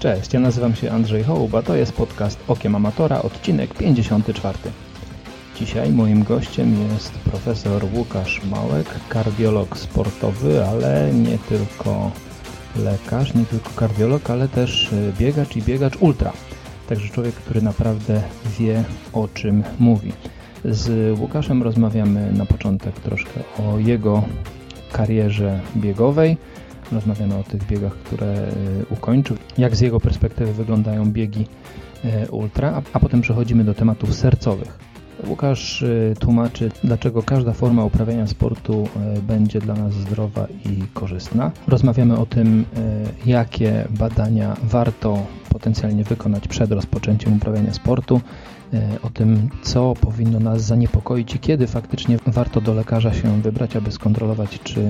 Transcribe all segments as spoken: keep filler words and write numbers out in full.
Cześć, ja nazywam się Andrzej Hołuba, to jest podcast Okiem Amatora, odcinek pięćdziesiąty czwarty. Dzisiaj moim gościem jest profesor Łukasz Małek, kardiolog sportowy, ale nie tylko lekarz, nie tylko kardiolog, ale też biegacz i biegacz ultra. Także człowiek, który naprawdę wie, o czym mówi. Z Łukaszem rozmawiamy na początek troszkę o jego karierze biegowej. Rozmawiamy o tych biegach, które ukończył, jak z jego perspektywy wyglądają biegi ultra, a potem przechodzimy do tematów sercowych. Łukasz tłumaczy, dlaczego każda forma uprawiania sportu będzie dla nas zdrowa i korzystna. Rozmawiamy o tym, jakie badania warto potencjalnie wykonać przed rozpoczęciem uprawiania sportu, o tym, co powinno nas zaniepokoić i kiedy faktycznie warto do lekarza się wybrać, aby skontrolować, czy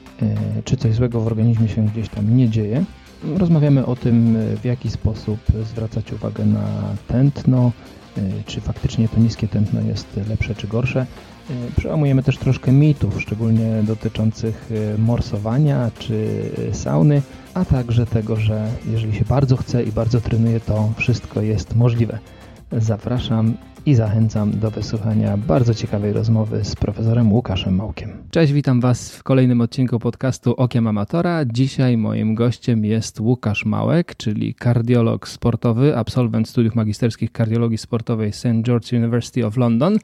czy coś złego w organizmie się gdzieś tam nie dzieje. Rozmawiamy o tym, w jaki sposób zwracać uwagę na tętno, czy faktycznie to niskie tętno jest lepsze czy gorsze. Przełamujemy też troszkę mitów, szczególnie dotyczących morsowania czy sauny, a także tego, że jeżeli się bardzo chce i bardzo trenuje, to wszystko jest możliwe. Zapraszam i zachęcam do wysłuchania bardzo ciekawej rozmowy z profesorem Łukaszem Małkiem. Cześć, witam Was w kolejnym odcinku podcastu Okiem Amatora. Dzisiaj moim gościem jest Łukasz Małek, czyli kardiolog sportowy, absolwent studiów magisterskich kardiologii sportowej Saint George's University of London,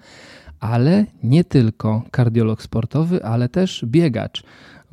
ale nie tylko kardiolog sportowy, ale też biegacz,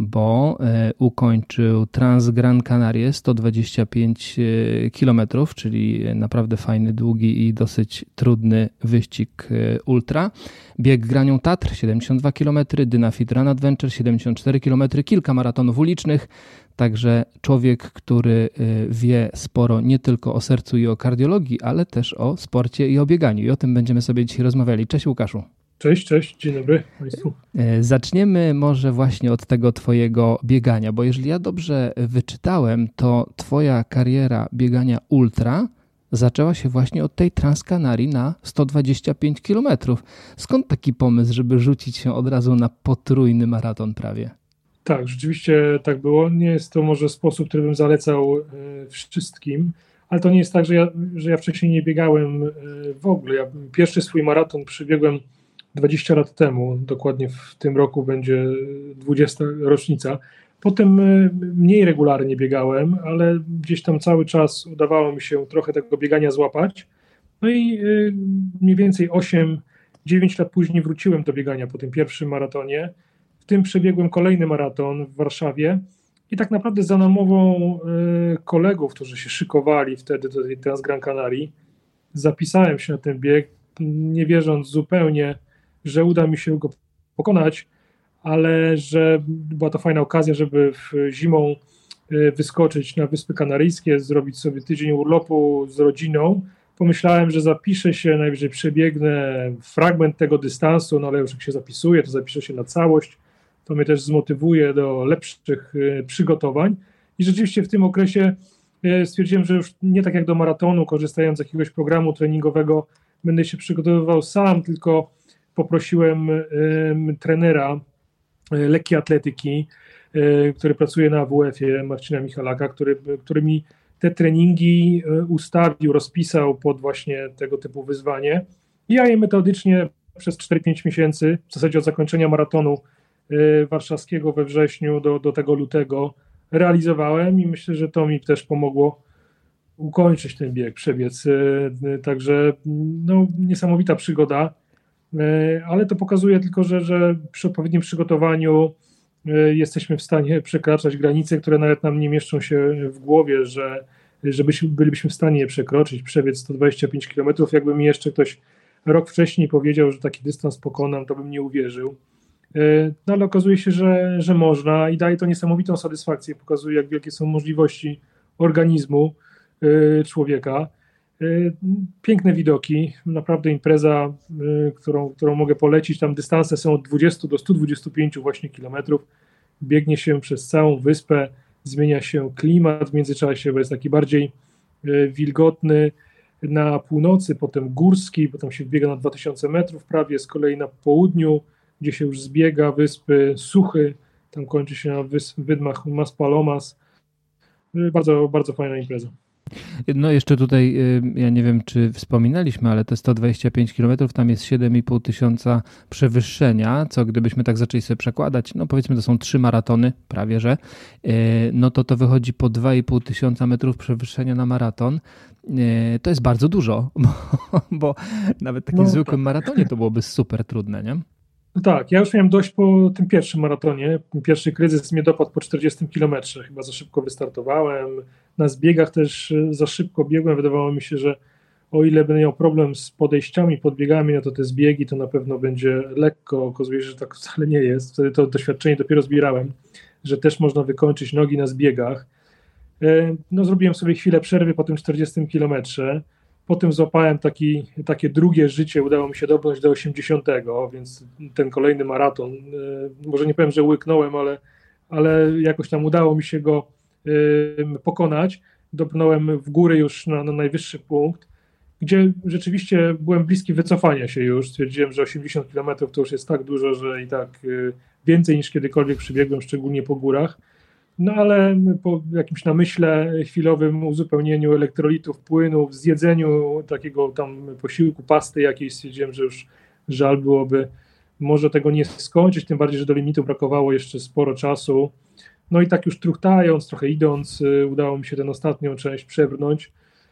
bo ukończył Transgran Canarie sto dwadzieścia pięć kilometrów, czyli naprawdę fajny, długi i dosyć trudny wyścig ultra. Bieg Granią Tatr siedemdziesiąt dwa kilometry, Dynafit Run Adventure siedemdziesiąt cztery kilometry, kilka maratonów ulicznych. Także człowiek, który wie sporo nie tylko o sercu i o kardiologii, ale też o sporcie i o bieganiu. I o tym będziemy sobie dzisiaj rozmawiali. Cześć Łukaszu. Cześć, cześć, dzień dobry Państwu. Zaczniemy może właśnie od tego twojego biegania, bo jeżeli ja dobrze wyczytałem, to twoja kariera biegania ultra zaczęła się właśnie od tej Transcanarii na sto dwadzieścia pięć kilometrów. Skąd taki pomysł, żeby rzucić się od razu na potrójny maraton prawie? Tak, rzeczywiście tak było. Nie jest to może sposób, który bym zalecał wszystkim, ale to nie jest tak, że ja, że ja wcześniej nie biegałem w ogóle. Ja pierwszy swój maraton przebiegłem dwadzieścia lat temu, dokładnie w tym roku będzie dwudziesta rocznica. Potem mniej regularnie biegałem, ale gdzieś tam cały czas udawało mi się trochę tego biegania złapać. No i mniej więcej osiem dziewięć lat później wróciłem do biegania po tym pierwszym maratonie. W tym przebiegłem kolejny maraton w Warszawie i tak naprawdę za namową kolegów, którzy się szykowali wtedy do tej Transgran Canarii, zapisałem się na ten bieg, nie wierząc zupełnie, że uda mi się go pokonać, ale że była to fajna okazja, żeby w zimą wyskoczyć na Wyspy Kanaryjskie, zrobić sobie tydzień urlopu z rodziną. Pomyślałem, że zapiszę się, najwyżej przebiegnę fragment tego dystansu, no ale już jak się zapisuję, to zapiszę się na całość. To mnie też zmotywuje do lepszych przygotowań. I rzeczywiście w tym okresie stwierdziłem, że już nie tak jak do maratonu, korzystając z jakiegoś programu treningowego, będę się przygotowywał sam, tylko poprosiłem y, trenera y, lekkiej atletyki, y, który pracuje na A W F-ie, Marcina Michalaka, który, który mi te treningi y, ustawił, rozpisał pod właśnie tego typu wyzwanie. I ja je metodycznie przez cztery pięć miesięcy, w zasadzie od zakończenia maratonu y, warszawskiego we wrześniu do, do tego lutego realizowałem i myślę, że to mi też pomogło ukończyć ten bieg, przebiec. Y, y, także no, niesamowita przygoda. Ale to pokazuje tylko, że, że przy odpowiednim przygotowaniu jesteśmy w stanie przekraczać granice, które nawet nam nie mieszczą się w głowie, że żebyśmy, bylibyśmy w stanie je przekroczyć, przebiec sto dwadzieścia pięć kilometrów. Jakby mi jeszcze ktoś rok wcześniej powiedział, że taki dystans pokonam, to bym nie uwierzył. No ale okazuje się, że, że można i daje to niesamowitą satysfakcję, pokazuje, jak wielkie są możliwości organizmu człowieka. Piękne widoki, naprawdę impreza, którą, którą mogę polecić. Tam dystanse są od dwudziestu do stu dwudziestu pięciu właśnie kilometrów. Biegnie się przez całą wyspę, zmienia się klimat w międzyczasie, bo jest taki bardziej wilgotny na północy, potem górski, bo tam się biega na dwa tysiące metrów prawie, z kolei na południu, gdzie się już zbiega wyspy Suchy, tam kończy się na wys- wydmach Maspalomas. Bardzo, bardzo fajna impreza. No jeszcze tutaj, ja nie wiem, czy wspominaliśmy, ale te sto dwadzieścia pięć kilometrów, tam jest siedem i pół tysiąca przewyższenia, co gdybyśmy tak zaczęli sobie przekładać, no powiedzmy to są trzy maratony, prawie że, no to to wychodzi po dwa i pół tysiąca metrów przewyższenia na maraton. To jest bardzo dużo, bo, bo nawet w takim no, zwykłym tak. maratonie to byłoby super trudne, nie? No tak, ja już miałem dość po tym pierwszym maratonie. Pierwszy kryzys mnie dopadł po czterdziestym kilometrze. Chyba za szybko wystartowałem. Na zbiegach też za szybko biegłem. Wydawało mi się, że o ile będę miał problem z podejściami, podbiegami, no to te zbiegi to na pewno będzie lekko. Okazuje się, że tak wcale nie jest. Wtedy to doświadczenie dopiero zbierałem, że też można wykończyć nogi na zbiegach. No zrobiłem sobie chwilę przerwy po tym czterdziestym kilometrze. Potem złapałem taki, takie drugie życie, udało mi się dobrnąć do osiemdziesiątego, więc ten kolejny maraton, może nie powiem, że łyknąłem, ale, ale jakoś tam udało mi się go pokonać. Dobrnąłem w góry już na, na najwyższy punkt, gdzie rzeczywiście byłem bliski wycofania się już. Stwierdziłem, że osiemdziesiąt kilometrów to już jest tak dużo, że i tak więcej niż kiedykolwiek przybiegłem, szczególnie po górach. No ale po jakimś namyśle chwilowym, uzupełnieniu elektrolitów, płynów, zjedzeniu takiego tam posiłku, pasty jakiejś, stwierdziłem, że już żal byłoby może tego nie skończyć, tym bardziej, że do limitu brakowało jeszcze sporo czasu. No i tak już truchtając, trochę idąc, udało mi się tę ostatnią część przebrnąć.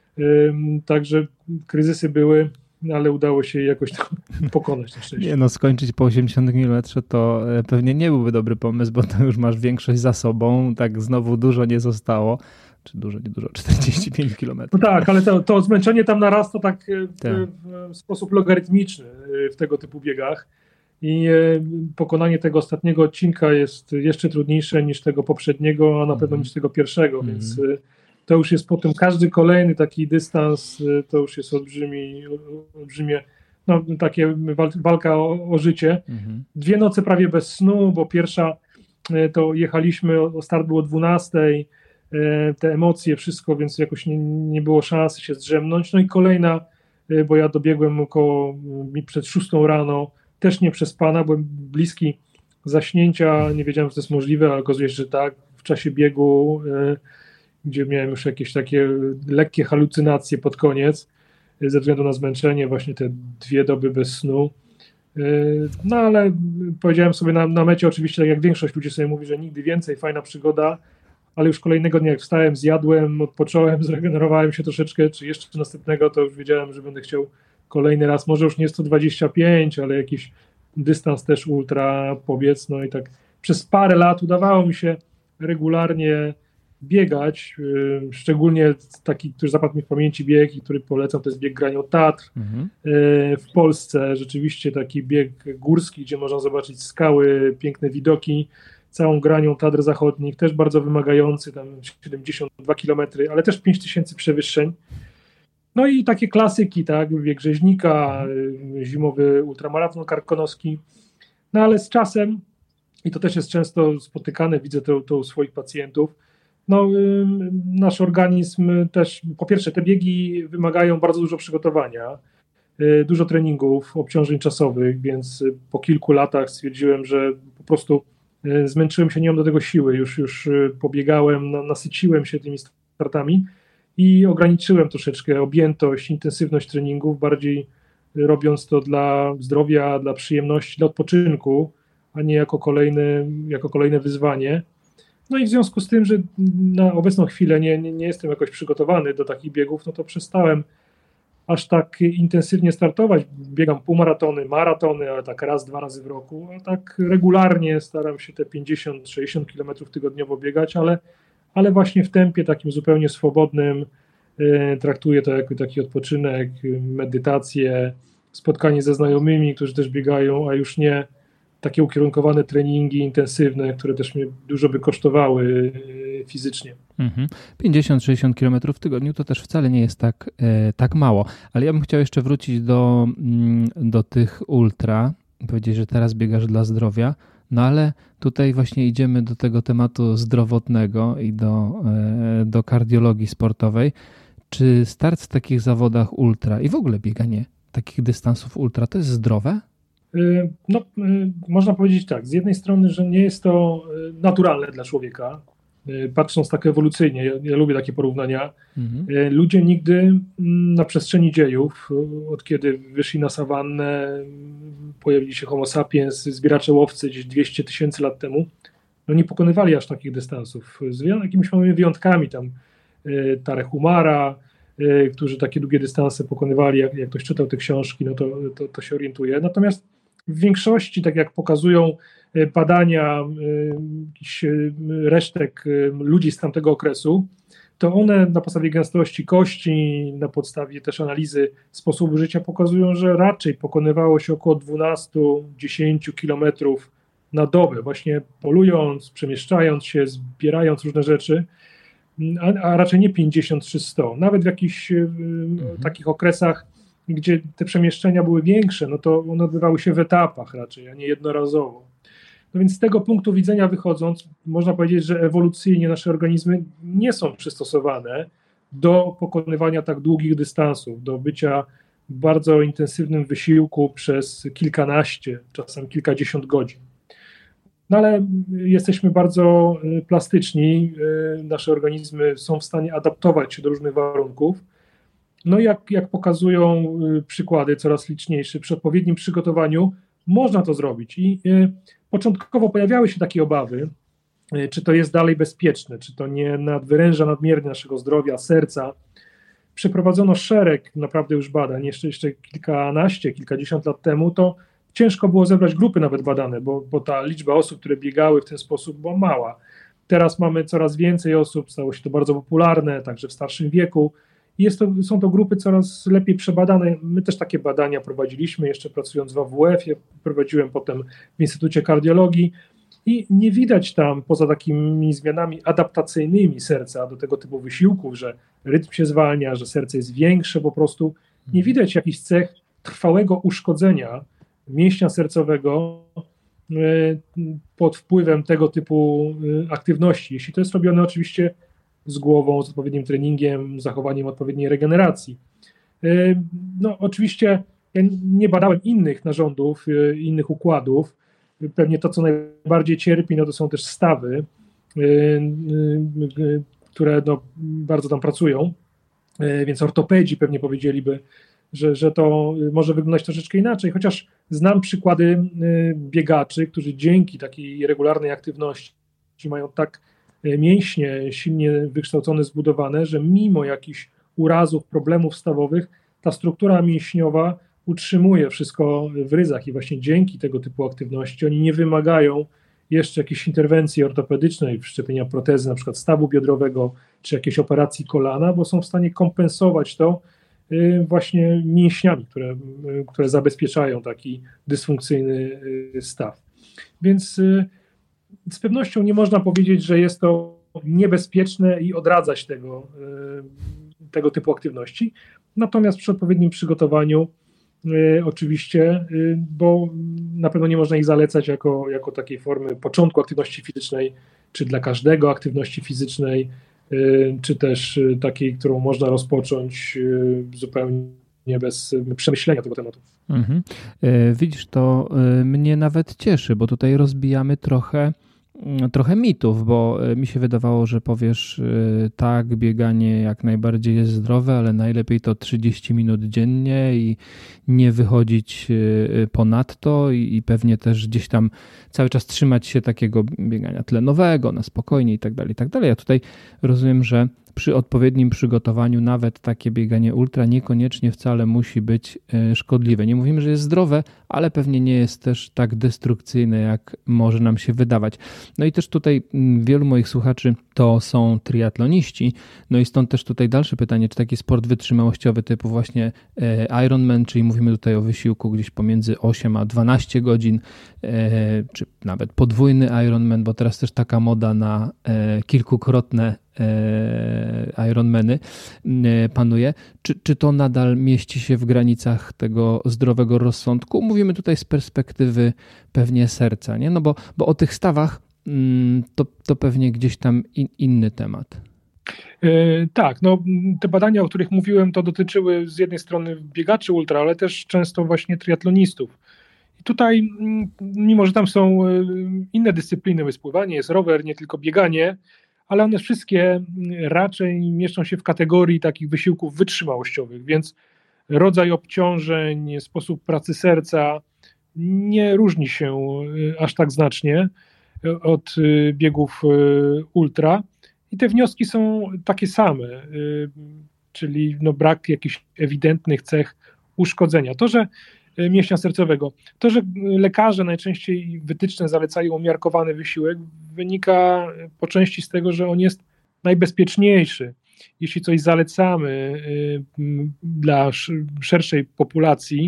Także kryzysy były, ale udało się je jakoś tam pokonać na szczęście. Nie no, skończyć po osiemdziesiątym kilometrze to pewnie nie byłby dobry pomysł, bo to już masz większość za sobą, tak znowu dużo nie zostało, czy dużo, nie dużo, czterdzieści pięć kilometrów. No tak, ale to, to zmęczenie tam narasta tak w, w sposób logarytmiczny w tego typu biegach i pokonanie tego ostatniego odcinka jest jeszcze trudniejsze niż tego poprzedniego, a na pewno niż tego pierwszego, mm. więc to już jest potem każdy kolejny taki dystans, to już jest olbrzymi, olbrzymie, no takie walka o, o życie. Mhm. Dwie noce prawie bez snu, bo pierwsza to jechaliśmy, o start było o dwunastej, te emocje, wszystko, więc jakoś nie, nie było szansy się zdrzemnąć. No i kolejna, bo ja dobiegłem około przed szóstą rano, też nie przespana, byłem bliski zaśnięcia, nie wiedziałem, czy to jest możliwe, ale okazuje się, że tak, w czasie biegu gdzie miałem już jakieś takie lekkie halucynacje pod koniec, ze względu na zmęczenie, właśnie te dwie doby bez snu. No ale powiedziałem sobie na, na mecie, oczywiście, tak jak większość ludzi sobie mówi, że nigdy więcej, fajna przygoda, ale już kolejnego dnia jak wstałem, zjadłem, odpocząłem, zregenerowałem się troszeczkę, czy jeszcze następnego, to już wiedziałem, że będę chciał kolejny raz, może już nie sto dwadzieścia pięć, ale jakiś dystans też ultra pobiec, no i tak przez parę lat udawało mi się regularnie biegać, szczególnie taki, który zapadł mi w pamięci bieg i który polecam, to jest bieg Granią Tatr mhm. w Polsce, rzeczywiście taki bieg górski, gdzie można zobaczyć skały, piękne widoki, całą Granią Tatr Zachodnich, też bardzo wymagający, tam siedemdziesiąt dwa kilometry, ale też pięć tysięcy przewyższeń. No i takie klasyki, tak, bieg rzeźnika, zimowy ultramaraton karkonoski, no ale z czasem, i to też jest często spotykane, widzę to, to u swoich pacjentów, no, nasz organizm też, po pierwsze, te biegi wymagają bardzo dużo przygotowania, dużo treningów, obciążeń czasowych, więc po kilku latach stwierdziłem, że po prostu zmęczyłem się, nie mam do tego siły, już, już pobiegałem, nasyciłem się tymi startami i ograniczyłem troszeczkę objętość, intensywność treningów, bardziej robiąc to dla zdrowia, dla przyjemności, dla odpoczynku, a nie jako kolejny, jako kolejne wyzwanie. No i w związku z tym, że na obecną chwilę nie, nie, nie jestem jakoś przygotowany do takich biegów, no to przestałem aż tak intensywnie startować. Biegam półmaratony, maratony, ale tak raz, dwa razy w roku, a tak regularnie staram się te pięćdziesiąt sześćdziesiąt kilometrów tygodniowo biegać, ale, ale właśnie w tempie takim zupełnie swobodnym, y, traktuję to jako taki odpoczynek, medytację, spotkanie ze znajomymi, którzy też biegają, a już nie takie ukierunkowane treningi intensywne, które też mnie dużo by kosztowały fizycznie. Mhm. pięćdziesiąt sześćdziesiąt kilometrów w tygodniu to też wcale nie jest tak, e, tak mało, ale ja bym chciał jeszcze wrócić do, do tych ultra, powiedzieć, że teraz biegasz dla zdrowia, no ale tutaj właśnie idziemy do tego tematu zdrowotnego i do, e, do kardiologii sportowej. Czy start w takich zawodach ultra i w ogóle bieganie takich dystansów ultra to jest zdrowe? No, można powiedzieć tak, z jednej strony, że nie jest to naturalne dla człowieka, patrząc tak ewolucyjnie, ja, ja lubię takie porównania, mhm. ludzie nigdy na przestrzeni dziejów, od kiedy wyszli na sawannę, pojawili się homo sapiens, zbieracze łowcy gdzieś dwieście tysięcy lat temu, no nie pokonywali aż takich dystansów, z jakimiś małymi wyjątkami, tam Tarehumara, którzy takie długie dystanse pokonywali, jak, jak ktoś czytał te książki, no to, to, to się orientuje. Natomiast w większości, tak jak pokazują badania jakichś resztek ludzi z tamtego okresu, to one na podstawie gęstości kości, na podstawie też analizy sposobu życia pokazują, że raczej pokonywało się około dwanaście do dziesięciu kilometrów na dobę, właśnie polując, przemieszczając się, zbierając różne rzeczy, a, a raczej nie pięćdziesiąt czy sto. Nawet w jakichś mhm. takich okresach, gdzie te przemieszczenia były większe, no to one odbywały się w etapach raczej, a nie jednorazowo. No więc z tego punktu widzenia wychodząc, można powiedzieć, że ewolucyjnie nasze organizmy nie są przystosowane do pokonywania tak długich dystansów, do bycia w bardzo intensywnym wysiłku przez kilkanaście, czasem kilkadziesiąt godzin. No ale jesteśmy bardzo plastyczni, nasze organizmy są w stanie adaptować się do różnych warunków. No i jak, jak pokazują przykłady coraz liczniejsze, przy odpowiednim przygotowaniu można to zrobić. I początkowo pojawiały się takie obawy, czy to jest dalej bezpieczne, czy to nie nadwyręża nadmiernie naszego zdrowia, serca. Przeprowadzono szereg naprawdę już badań, jeszcze, jeszcze kilkanaście, kilkadziesiąt lat temu, to ciężko było zebrać grupy nawet badane, bo, bo ta liczba osób, które biegały w ten sposób była mała. Teraz mamy coraz więcej osób, stało się to bardzo popularne, także w starszym wieku. Jest to, są to grupy coraz lepiej przebadane. My też takie badania prowadziliśmy, jeszcze pracując w A W F, ja prowadziłem potem w Instytucie Kardiologii i nie widać tam, poza takimi zmianami adaptacyjnymi serca do tego typu wysiłków, że rytm się zwalnia, że serce jest większe po prostu, nie widać jakichś cech trwałego uszkodzenia mięśnia sercowego pod wpływem tego typu aktywności. Jeśli to jest robione oczywiście z głową, z odpowiednim treningiem, zachowaniem odpowiedniej regeneracji. No oczywiście ja nie badałem innych narządów, innych układów. Pewnie to, co najbardziej cierpi, no to są też stawy, które no bardzo tam pracują, więc ortopedzi pewnie powiedzieliby, że, że to może wyglądać troszeczkę inaczej, chociaż znam przykłady biegaczy, którzy dzięki takiej regularnej aktywności mają tak mięśnie silnie wykształcone, zbudowane, że mimo jakichś urazów, problemów stawowych, ta struktura mięśniowa utrzymuje wszystko w ryzach i właśnie dzięki tego typu aktywności oni nie wymagają jeszcze jakiejś interwencji ortopedycznej, wszczepienia protezy na przykład stawu biodrowego, czy jakiejś operacji kolana, bo są w stanie kompensować to właśnie mięśniami, które, które zabezpieczają taki dysfunkcyjny staw. Więc z pewnością nie można powiedzieć, że jest to niebezpieczne i odradzać tego, tego typu aktywności. Natomiast przy odpowiednim przygotowaniu oczywiście, bo na pewno nie można ich zalecać jako, jako takiej formy początku aktywności fizycznej, czy dla każdego aktywności fizycznej, czy też takiej, którą można rozpocząć zupełnie bez przemyślenia tego tematu. Mhm. Widzisz, to mnie nawet cieszy, bo tutaj rozbijamy trochę trochę mitów, bo mi się wydawało, że powiesz tak, bieganie jak najbardziej jest zdrowe, ale najlepiej to trzydzieści minut dziennie i nie wychodzić ponadto i, i pewnie też gdzieś tam cały czas trzymać się takiego biegania tlenowego, na spokojnie i tak dalej, i tak dalej. Ja tutaj rozumiem, że przy odpowiednim przygotowaniu nawet takie bieganie ultra niekoniecznie wcale musi być szkodliwe. Nie mówimy, że jest zdrowe, ale pewnie nie jest też tak destrukcyjne, jak może nam się wydawać. No i też tutaj wielu moich słuchaczy to są triatloniści, no i stąd też tutaj dalsze pytanie, czy taki sport wytrzymałościowy typu właśnie Ironman, czyli mówimy tutaj o wysiłku gdzieś pomiędzy osiem a dwanaście godzin, czy nawet podwójny Ironman, bo teraz też taka moda na kilkukrotne Ironmany panuje. Czy, czy to nadal mieści się w granicach tego zdrowego rozsądku? Mówimy tutaj z perspektywy pewnie serca, nie? No bo, bo o tych stawach to, to pewnie gdzieś tam in, inny temat. Yy, tak, no te badania, o których mówiłem, to dotyczyły z jednej strony biegaczy ultra, ale też często właśnie triatlonistów. I tutaj, mimo że tam są inne dyscypliny, jest pływanie, jest rower, nie tylko bieganie, ale one wszystkie raczej mieszczą się w kategorii takich wysiłków wytrzymałościowych, więc rodzaj obciążeń, sposób pracy serca nie różni się aż tak znacznie od biegów ultra i te wnioski są takie same, czyli no brak jakichś ewidentnych cech uszkodzenia. To, że mięśnia sercowego, to, że lekarze najczęściej wytyczne zalecają umiarkowany wysiłek, wynika po części z tego, że on jest najbezpieczniejszy. Jeśli coś zalecamy dla szerszej populacji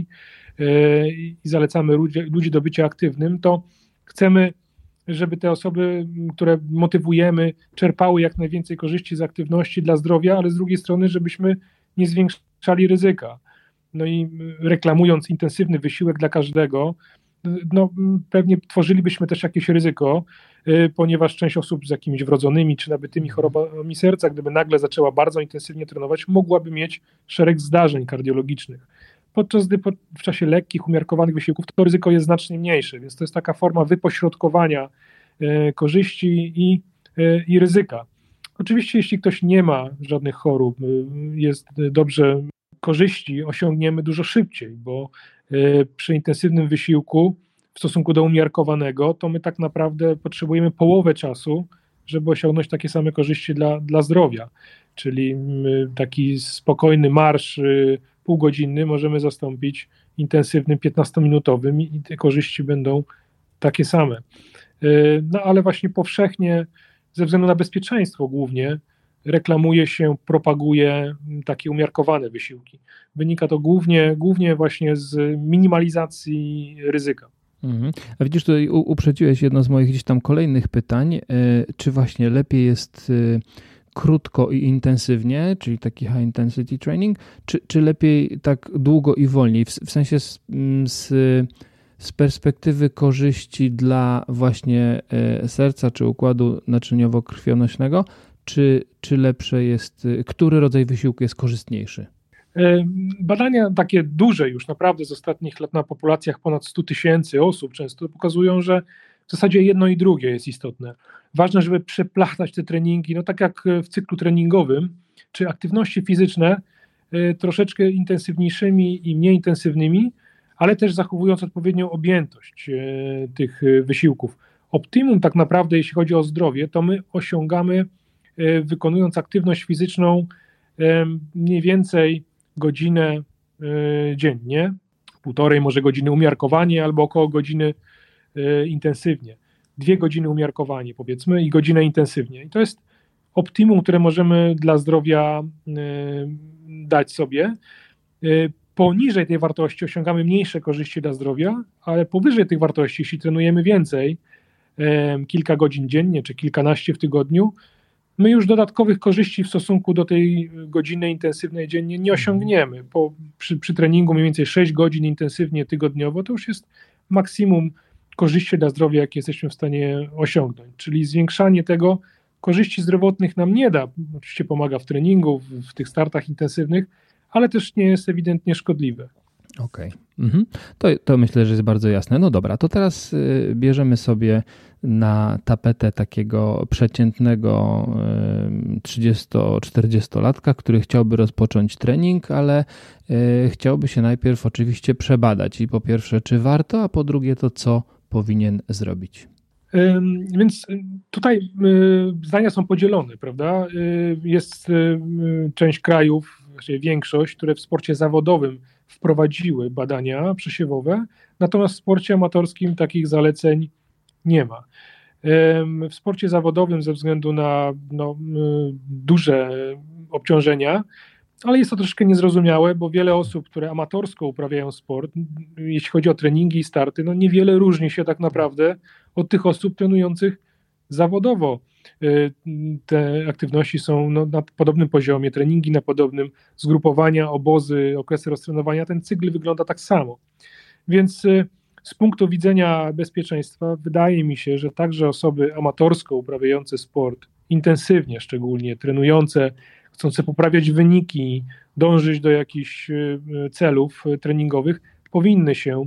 i zalecamy ludzi, ludzi do bycia aktywnym, to chcemy, żeby te osoby, które motywujemy, czerpały jak najwięcej korzyści z aktywności dla zdrowia, ale z drugiej strony, żebyśmy nie zwiększali ryzyka. No i reklamując intensywny wysiłek dla każdego, no pewnie tworzylibyśmy też jakieś ryzyko, ponieważ część osób z jakimiś wrodzonymi czy nabytymi chorobami serca, gdyby nagle zaczęła bardzo intensywnie trenować, mogłaby mieć szereg zdarzeń kardiologicznych. Podczas gdy w czasie lekkich, umiarkowanych wysiłków to ryzyko jest znacznie mniejsze, więc to jest taka forma wypośrodkowania korzyści i, i ryzyka. Oczywiście jeśli ktoś nie ma żadnych chorób, jest dobrze, korzyści osiągniemy dużo szybciej, bo przy intensywnym wysiłku w stosunku do umiarkowanego, to my tak naprawdę potrzebujemy połowę czasu, żeby osiągnąć takie same korzyści dla, dla zdrowia. Czyli taki spokojny marsz półgodzinny możemy zastąpić intensywnym piętnastominutowym i te korzyści będą takie same. No ale właśnie powszechnie, ze względu na bezpieczeństwo głównie, reklamuje się, propaguje takie umiarkowane wysiłki. Wynika to głównie, głównie właśnie z minimalizacji ryzyka. Mhm. A widzisz, tutaj uprzedziłeś jedno z moich gdzieś tam kolejnych pytań, czy właśnie lepiej jest krótko i intensywnie, czyli taki high intensity training, czy, czy lepiej tak długo i wolniej, w, w sensie z, z, z perspektywy korzyści dla właśnie serca czy układu naczyniowo-krwionośnego, czy, czy lepsze jest, który rodzaj wysiłku jest korzystniejszy? Badania takie duże już naprawdę z ostatnich lat na populacjach ponad stu tysięcy osób często pokazują, że w zasadzie jedno i drugie jest istotne. Ważne, żeby przeplatać te treningi, no tak jak w cyklu treningowym, czy aktywności fizyczne troszeczkę intensywniejszymi i mniej intensywnymi, ale też zachowując odpowiednią objętość tych wysiłków. Optimum tak naprawdę, jeśli chodzi o zdrowie, to my osiągamy, wykonując aktywność fizyczną, mniej więcej godzinę dziennie, półtorej może godziny umiarkowanie albo około godziny intensywnie. Dwie godziny umiarkowanie powiedzmy i godzinę intensywnie. I to jest optimum, które możemy dla zdrowia dać sobie. Poniżej tej wartości osiągamy mniejsze korzyści dla zdrowia, ale powyżej tych wartości, jeśli trenujemy więcej, kilka godzin dziennie czy kilkanaście w tygodniu, my już dodatkowych korzyści w stosunku do tej godziny intensywnej dziennie nie osiągniemy. Po, przy, przy treningu mniej więcej sześć godzin intensywnie tygodniowo to już jest maksimum korzyści dla zdrowia, jakie jesteśmy w stanie osiągnąć. Czyli zwiększanie tego korzyści zdrowotnych nam nie da. Oczywiście pomaga w treningu, w, w tych startach intensywnych, ale też nie jest ewidentnie szkodliwe. Okej, okay. mhm. to, to myślę, że jest bardzo jasne. No dobra, to teraz bierzemy sobie na tapetę takiego przeciętnego trzydziesto-czterdziestolatka, który chciałby rozpocząć trening, ale chciałby się najpierw oczywiście przebadać i po pierwsze, czy warto, a po drugie to, co powinien zrobić. Więc tutaj zdania są podzielone, prawda? Jest część krajów, właściwie większość, które w sporcie zawodowym wprowadziły badania przesiewowe, natomiast w sporcie amatorskim takich zaleceń nie ma. W sporcie zawodowym ze względu na no, duże obciążenia, ale jest to troszkę niezrozumiałe, bo wiele osób, które amatorsko uprawiają sport, jeśli chodzi o treningi i starty, no niewiele różni się tak naprawdę od tych osób trenujących zawodowo. Te aktywności są no, na podobnym poziomie, treningi na podobnym, zgrupowania, obozy, okresy roztrenowania, ten cykl wygląda tak samo. Więc z punktu widzenia bezpieczeństwa wydaje mi się, że także osoby amatorsko uprawiające sport, intensywnie szczególnie, trenujące, chcące poprawiać wyniki, dążyć do jakichś celów treningowych, powinny się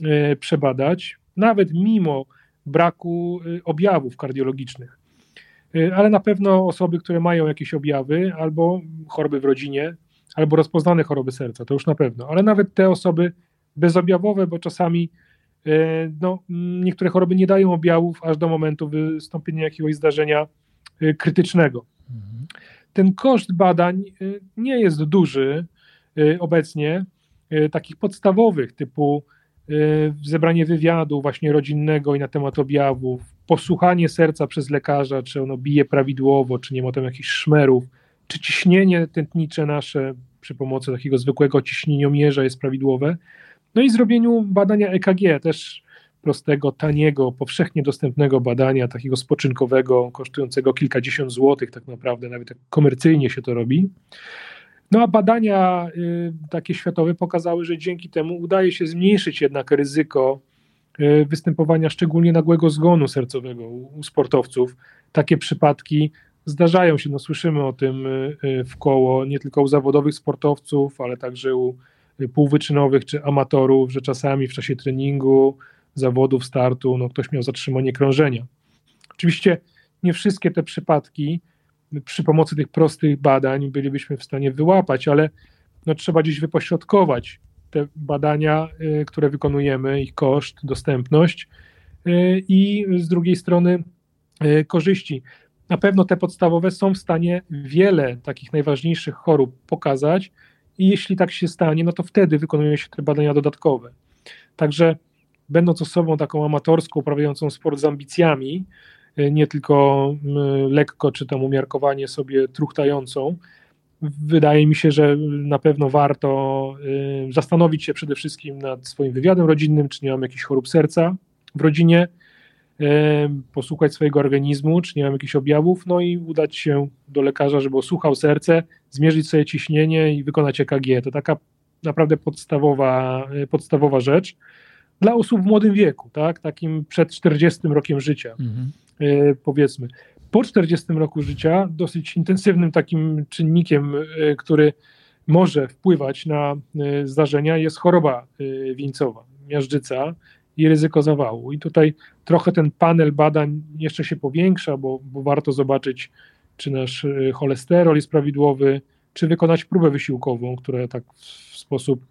przebadać, nawet mimo braku objawów kardiologicznych. ale na pewno osoby, które mają jakieś objawy, albo choroby w rodzinie, albo rozpoznane choroby serca, to już na pewno, ale nawet te osoby bezobjawowe, bo czasami no, niektóre choroby nie dają objawów aż do momentu wystąpienia jakiegoś zdarzenia krytycznego. Mhm. Ten koszt badań nie jest duży obecnie, takich podstawowych typu zebranie wywiadu właśnie rodzinnego i na temat objawów, posłuchanie serca przez lekarza, czy ono bije prawidłowo, czy nie ma tam jakichś szmerów, czy ciśnienie tętnicze nasze przy pomocy takiego zwykłego ciśnieniomierza jest prawidłowe. No i zrobieniu badania E K G, też prostego, taniego, powszechnie dostępnego badania, takiego spoczynkowego, kosztującego kilkadziesiąt złotych tak naprawdę, nawet tak komercyjnie się to robi. No a badania y, takie światowe pokazały, że dzięki temu udaje się zmniejszyć jednak ryzyko y, występowania szczególnie nagłego zgonu sercowego u, u sportowców. Takie przypadki zdarzają się, no słyszymy o tym y, y, w koło, nie tylko u zawodowych sportowców, ale także u y, półwyczynowych czy amatorów, że czasami w czasie treningu, zawodów, startu, no ktoś miał zatrzymanie krążenia. Oczywiście nie wszystkie te przypadki przy pomocy tych prostych badań bylibyśmy w stanie wyłapać, ale no, trzeba gdzieś wypośrodkować te badania, y, które wykonujemy, ich koszt, dostępność y, i z drugiej strony y, korzyści. Na pewno te podstawowe są w stanie wiele takich najważniejszych chorób pokazać i jeśli tak się stanie, no to wtedy wykonują się te badania dodatkowe. Także będąc osobą taką amatorską, uprawiającą sport z ambicjami, nie tylko lekko czy tam umiarkowanie sobie truchtającą, wydaje mi się, że na pewno warto zastanowić się przede wszystkim nad swoim wywiadem rodzinnym, czy nie mam jakichś chorób serca w rodzinie, posłuchać swojego organizmu, czy nie mam jakichś objawów, no i udać się do lekarza, żeby osłuchał serce, zmierzyć sobie ciśnienie i wykonać E K G. To taka naprawdę podstawowa, podstawowa rzecz dla osób w młodym wieku, tak? Takim przed czterdziestym rokiem życia. Mhm. Powiedzmy. Po czterdziestym roku życia dosyć intensywnym takim czynnikiem, który może wpływać na zdarzenia, jest choroba wieńcowa, miażdżyca i ryzyko zawału. I tutaj trochę ten panel badań jeszcze się powiększa, bo, bo warto zobaczyć, czy nasz cholesterol jest prawidłowy, czy wykonać próbę wysiłkową, która tak w sposób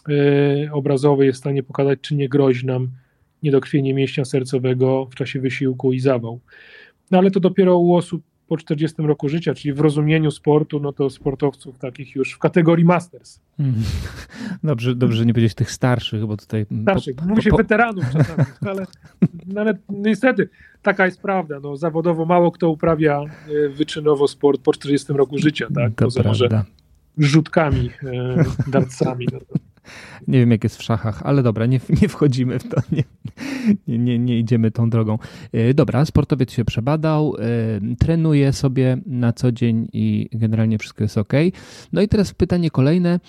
obrazowy jest w stanie pokazać, czy nie grozi nam niedokrwienie mięśnia sercowego w czasie wysiłku i zawał. No ale to dopiero u osób po czterdziestym roku życia, czyli w rozumieniu sportu, no to sportowców takich już w kategorii masters. Hmm. Dobrze, dobrze nie powiedzieć tych starszych, bo tutaj... Starszych, po, mówi się po, weteranów czasami, ale, no ale niestety taka jest prawda. No, zawodowo mało kto uprawia wyczynowo sport po czterdziestym roku życia, tak? To poza prawda. Może rzutkami, dartsami. No. Nie wiem, jak jest w szachach, ale dobra, nie, nie wchodzimy w to, nie, nie, nie, nie idziemy tą drogą. Dobra, sportowiec się przebadał, trenuje sobie na co dzień i generalnie wszystko jest ok. No i teraz pytanie kolejne.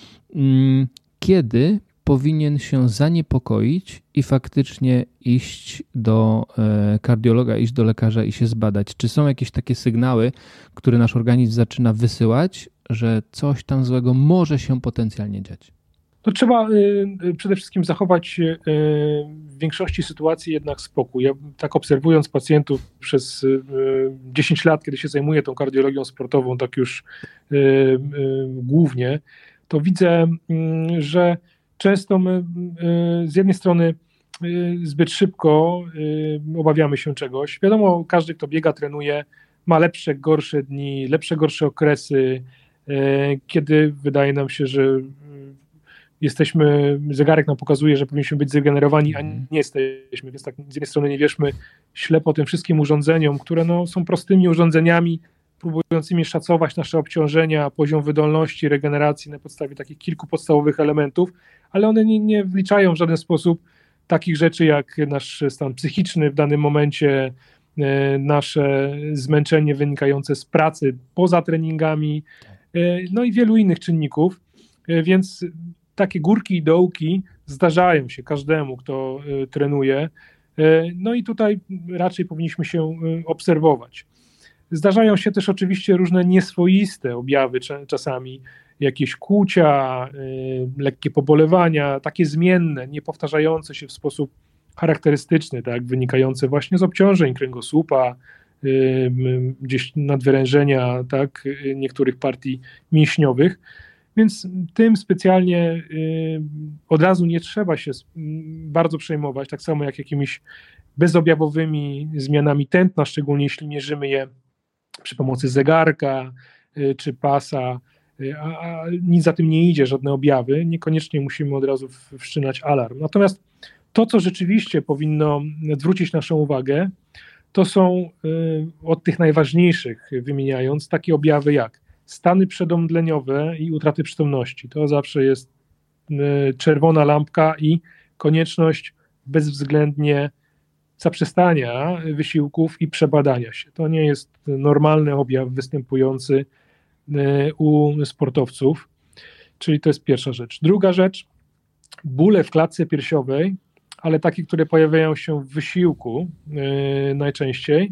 Kiedy powinien się zaniepokoić i faktycznie iść do kardiologa, iść do lekarza i się zbadać? Czy są jakieś takie sygnały, które nasz organizm zaczyna wysyłać, że coś tam złego może się potencjalnie dziać? To trzeba y, przede wszystkim zachować y, w większości sytuacji jednak spokój. Ja tak obserwując pacjentów przez y, dziesięć lat, kiedy się zajmuję tą kardiologią sportową, tak już y, y, głównie, to widzę, y, że często my y, z jednej strony y, zbyt szybko y, obawiamy się czegoś. Wiadomo, każdy, kto biega, trenuje, ma lepsze, gorsze dni, lepsze, gorsze okresy, y, kiedy wydaje nam się, że jesteśmy, zegarek nam pokazuje, że powinniśmy być zregenerowani, a nie jesteśmy, więc tak z jednej strony nie wierzmy ślepo tym wszystkim urządzeniom, które no, są prostymi urządzeniami, próbującymi szacować nasze obciążenia, poziom wydolności, regeneracji na podstawie takich kilku podstawowych elementów, ale one nie, nie wliczają w żaden sposób takich rzeczy jak nasz stan psychiczny w danym momencie, nasze zmęczenie wynikające z pracy poza treningami, no i wielu innych czynników, więc takie górki i dołki zdarzają się każdemu, kto y, trenuje, y, no i tutaj raczej powinniśmy się y, obserwować. Zdarzają się też oczywiście różne nieswoiste objawy czasami, jakieś kłucia, y, lekkie pobolewania, takie zmienne, niepowtarzające się w sposób charakterystyczny, tak, wynikające właśnie z obciążeń kręgosłupa, gdzieś nadwyrężenia, tak, niektórych partii mięśniowych. Więc tym specjalnie od razu nie trzeba się bardzo przejmować, tak samo jak jakimiś bezobjawowymi zmianami tętna, szczególnie jeśli mierzymy je przy pomocy zegarka czy pasa, a, a nic za tym nie idzie, żadne objawy, niekoniecznie musimy od razu wszczynać alarm. Natomiast to, co rzeczywiście powinno zwrócić naszą uwagę, to są od tych najważniejszych wymieniając takie objawy jak stany przedomdleniowe i utraty przytomności. To zawsze jest czerwona lampka i konieczność bezwzględnie zaprzestania wysiłków i przebadania się. To nie jest normalny objaw występujący u sportowców, czyli to jest pierwsza rzecz. Druga rzecz, bóle w klatce piersiowej, ale takie, które pojawiają się w wysiłku najczęściej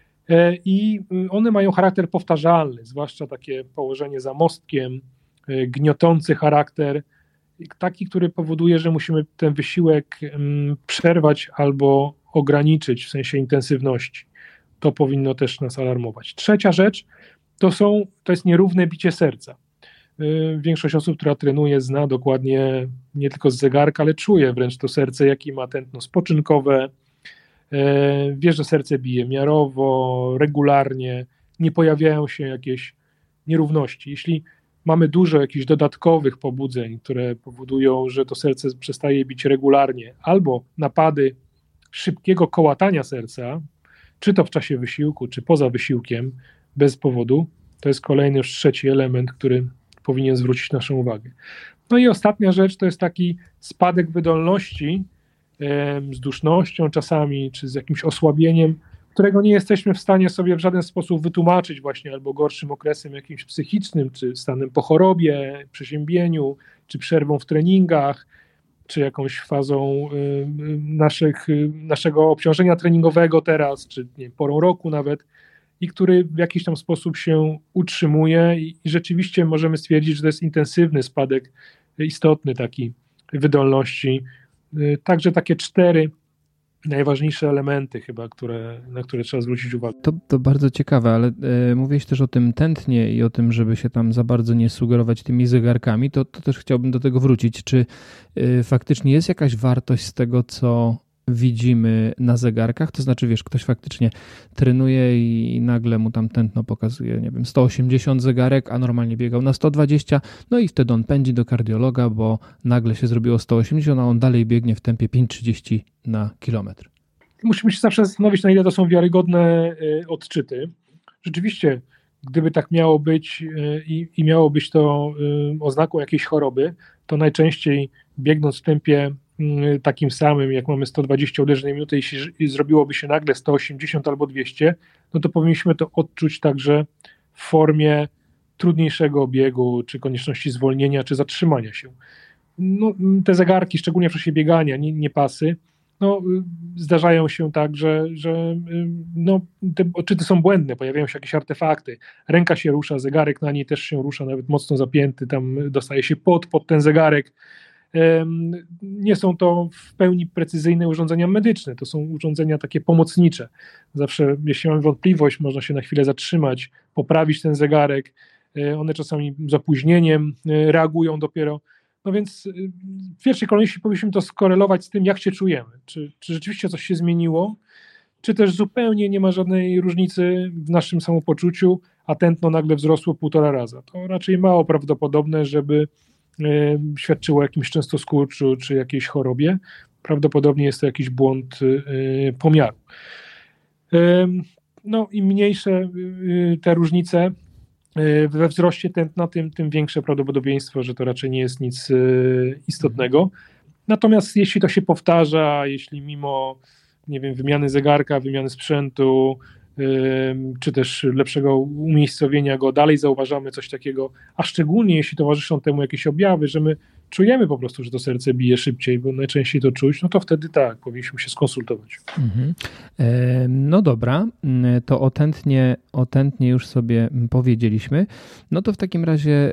i one mają charakter powtarzalny, zwłaszcza takie położenie za mostkiem, gniotący charakter, taki, który powoduje, że musimy ten wysiłek przerwać albo ograniczyć w sensie intensywności. To powinno też nas alarmować. Trzecia rzecz to, są, to jest nierówne bicie serca. Większość osób, która trenuje, zna dokładnie nie tylko z zegarka, ale czuje wręcz to serce, jakie ma tętno spoczynkowe. Wie, że serce bije miarowo, regularnie, nie pojawiają się jakieś nierówności. Jeśli mamy dużo jakichś dodatkowych pobudzeń, które powodują, że to serce przestaje bić regularnie, albo napady szybkiego kołatania serca, czy to w czasie wysiłku, czy poza wysiłkiem, bez powodu, to jest kolejny już trzeci element, który powinien zwrócić naszą uwagę. No i ostatnia rzecz to jest taki spadek wydolności e, z dusznością czasami, czy z jakimś osłabieniem, którego nie jesteśmy w stanie sobie w żaden sposób wytłumaczyć właśnie albo gorszym okresem jakimś psychicznym, czy stanem po chorobie, przeziębieniu, czy przerwą w treningach, czy jakąś fazą y, naszych, y, naszego obciążenia treningowego teraz, czy nie, porą roku nawet, i który w jakiś tam sposób się utrzymuje i, i rzeczywiście możemy stwierdzić, że to jest intensywny spadek, istotny taki wydolności. Y, także takie cztery najważniejsze elementy chyba, które, na które trzeba zwrócić uwagę. To, to bardzo ciekawe, ale e, mówiłeś też o tym tętnie i o tym, żeby się tam za bardzo nie sugerować tymi zegarkami, to, to też chciałbym do tego wrócić. Czy e, faktycznie jest jakaś wartość z tego, co widzimy na zegarkach? To znaczy, wiesz, ktoś faktycznie trenuje i nagle mu tam tętno pokazuje, nie wiem, sto osiemdziesiąt zegarek, a normalnie biegał na sto dwadzieścia, no i wtedy on pędzi do kardiologa, bo nagle się zrobiło sto osiemdziesiąt, a on dalej biegnie w tempie pięć trzydzieści na kilometr. Musimy się zawsze zastanowić, na ile to są wiarygodne odczyty. Rzeczywiście, gdyby tak miało być i, i miało być to oznaką jakiejś choroby, to najczęściej biegnąc w tempie takim samym, jak mamy sto dwadzieścia uderzeń na minutę, jeśli zrobiłoby się nagle sto osiemdziesiąt albo dwieście, no to powinniśmy to odczuć także w formie trudniejszego biegu, czy konieczności zwolnienia, czy zatrzymania się. No, te zegarki, szczególnie w czasie biegania, nie, nie pasy, no, zdarzają się tak, że, że no, te odczyty są błędne, pojawiają się jakieś artefakty, ręka się rusza, zegarek na niej też się rusza, nawet mocno zapięty, tam dostaje się pot pod ten zegarek. Nie są to w pełni precyzyjne urządzenia medyczne, to są urządzenia takie pomocnicze. Zawsze, jeśli mamy wątpliwość, można się na chwilę zatrzymać, poprawić ten zegarek, one czasami z opóźnieniem reagują dopiero. No więc w pierwszej kolejności powinniśmy to skorelować z tym, jak się czujemy. Czy, czy rzeczywiście coś się zmieniło, czy też zupełnie nie ma żadnej różnicy w naszym samopoczuciu, a tętno nagle wzrosło półtora raza. To raczej mało prawdopodobne, żeby y, świadczyło o jakimś częstoskurczu czy jakiejś chorobie. Prawdopodobnie jest to jakiś błąd y, pomiaru. Y, no i mniejsze y, te różnice we wzroście tętna, tym, tym większe prawdopodobieństwo, że to raczej nie jest nic istotnego. Natomiast jeśli to się powtarza, jeśli mimo, nie wiem, wymiany zegarka, wymiany sprzętu, czy też lepszego umiejscowienia go, dalej zauważamy coś takiego, a szczególnie jeśli towarzyszą temu jakieś objawy, że my czujemy po prostu, że to serce bije szybciej, bo najczęściej to czuć, no to wtedy tak, powinniśmy się skonsultować. Mhm. No dobra, to o tętnie, o tętnie już sobie powiedzieliśmy. No to w takim razie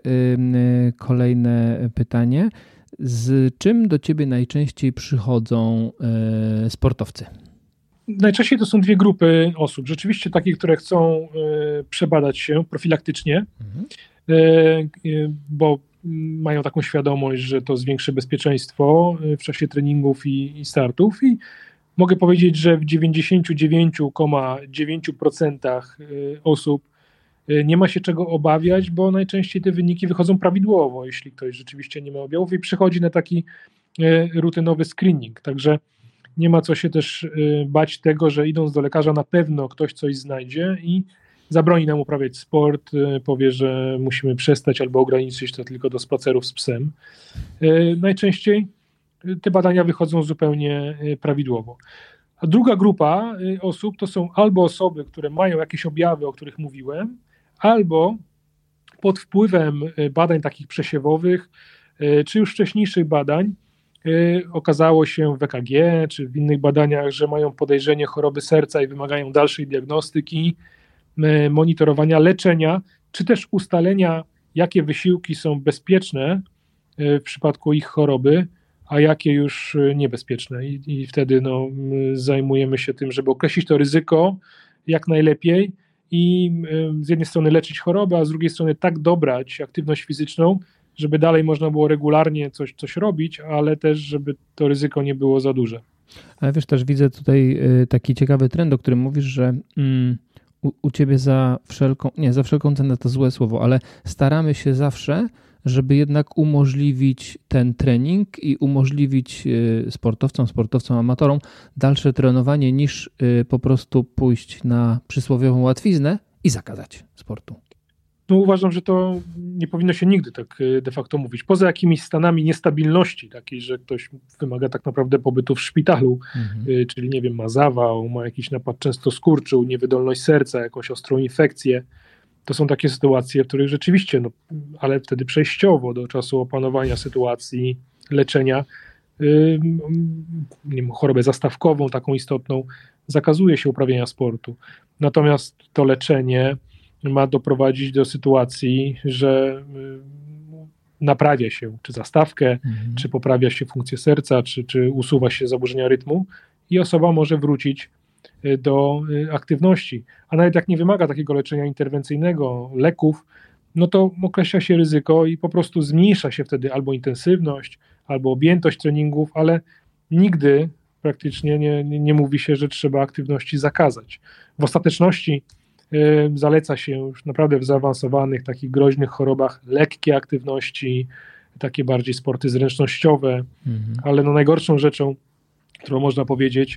kolejne pytanie. Z czym do ciebie najczęściej przychodzą sportowcy? Najczęściej to są dwie grupy osób. Rzeczywiście takie, które chcą y, przebadać się profilaktycznie, mhm. y, y, bo mają taką świadomość, że to zwiększy bezpieczeństwo w czasie treningów i, i startów i mogę powiedzieć, że w dziewięćdziesiąt dziewięć przecinek dziewięć procent osób nie ma się czego obawiać, bo najczęściej te wyniki wychodzą prawidłowo, jeśli ktoś rzeczywiście nie ma objawów i przychodzi na taki rutynowy screening. Także nie ma co się też bać tego, że idąc do lekarza na pewno ktoś coś znajdzie i zabroni nam uprawiać sport, powie, że musimy przestać albo ograniczyć to tylko do spacerów z psem. Najczęściej te badania wychodzą zupełnie prawidłowo. A druga grupa osób to są albo osoby, które mają jakieś objawy, o których mówiłem, albo pod wpływem badań takich przesiewowych, czy już wcześniejszych badań okazało się w E K G, czy w innych badaniach, że mają podejrzenie choroby serca i wymagają dalszej diagnostyki, monitorowania, leczenia, czy też ustalenia, jakie wysiłki są bezpieczne w przypadku ich choroby, a jakie już niebezpieczne. I, i wtedy no, zajmujemy się tym, żeby określić to ryzyko jak najlepiej i z jednej strony leczyć chorobę, a z drugiej strony tak dobrać aktywność fizyczną, żeby dalej można było regularnie coś, coś robić, ale też żeby to ryzyko nie było za duże. Ale wiesz, też widzę tutaj taki ciekawy trend, o którym mówisz, że mm, u, u ciebie za wszelką, nie, za wszelką cenę to złe słowo, ale staramy się zawsze, żeby jednak umożliwić ten trening i umożliwić sportowcom, sportowcom, amatorom dalsze trenowanie, niż po prostu pójść na przysłowiową łatwiznę i zakazać sportu. No uważam, że to nie powinno się nigdy tak de facto mówić. Poza jakimiś stanami niestabilności, takiej, że ktoś wymaga tak naprawdę pobytu w szpitalu, mhm. czyli nie wiem, ma zawał, ma jakiś napad częstoskurczu, niewydolność serca, jakąś ostrą infekcję. To są takie sytuacje, w których rzeczywiście, no, ale wtedy przejściowo do czasu opanowania sytuacji, leczenia, yy, nie wiem, chorobę zastawkową, taką istotną, zakazuje się uprawiania sportu. Natomiast to leczenie ma doprowadzić do sytuacji, że yy, naprawia się czy zastawkę, mhm. czy poprawia się funkcję serca, czy, czy usuwa się zaburzenia rytmu i osoba może wrócić do aktywności. A nawet jak nie wymaga takiego leczenia interwencyjnego, leków, no to określa się ryzyko i po prostu zmniejsza się wtedy albo intensywność, albo objętość treningów, ale nigdy praktycznie nie, nie, nie mówi się, że trzeba aktywności zakazać. W ostateczności y, zaleca się już naprawdę w zaawansowanych, takich groźnych chorobach lekkie aktywności, takie bardziej sporty zręcznościowe, mhm. ale no najgorszą rzeczą, którą można powiedzieć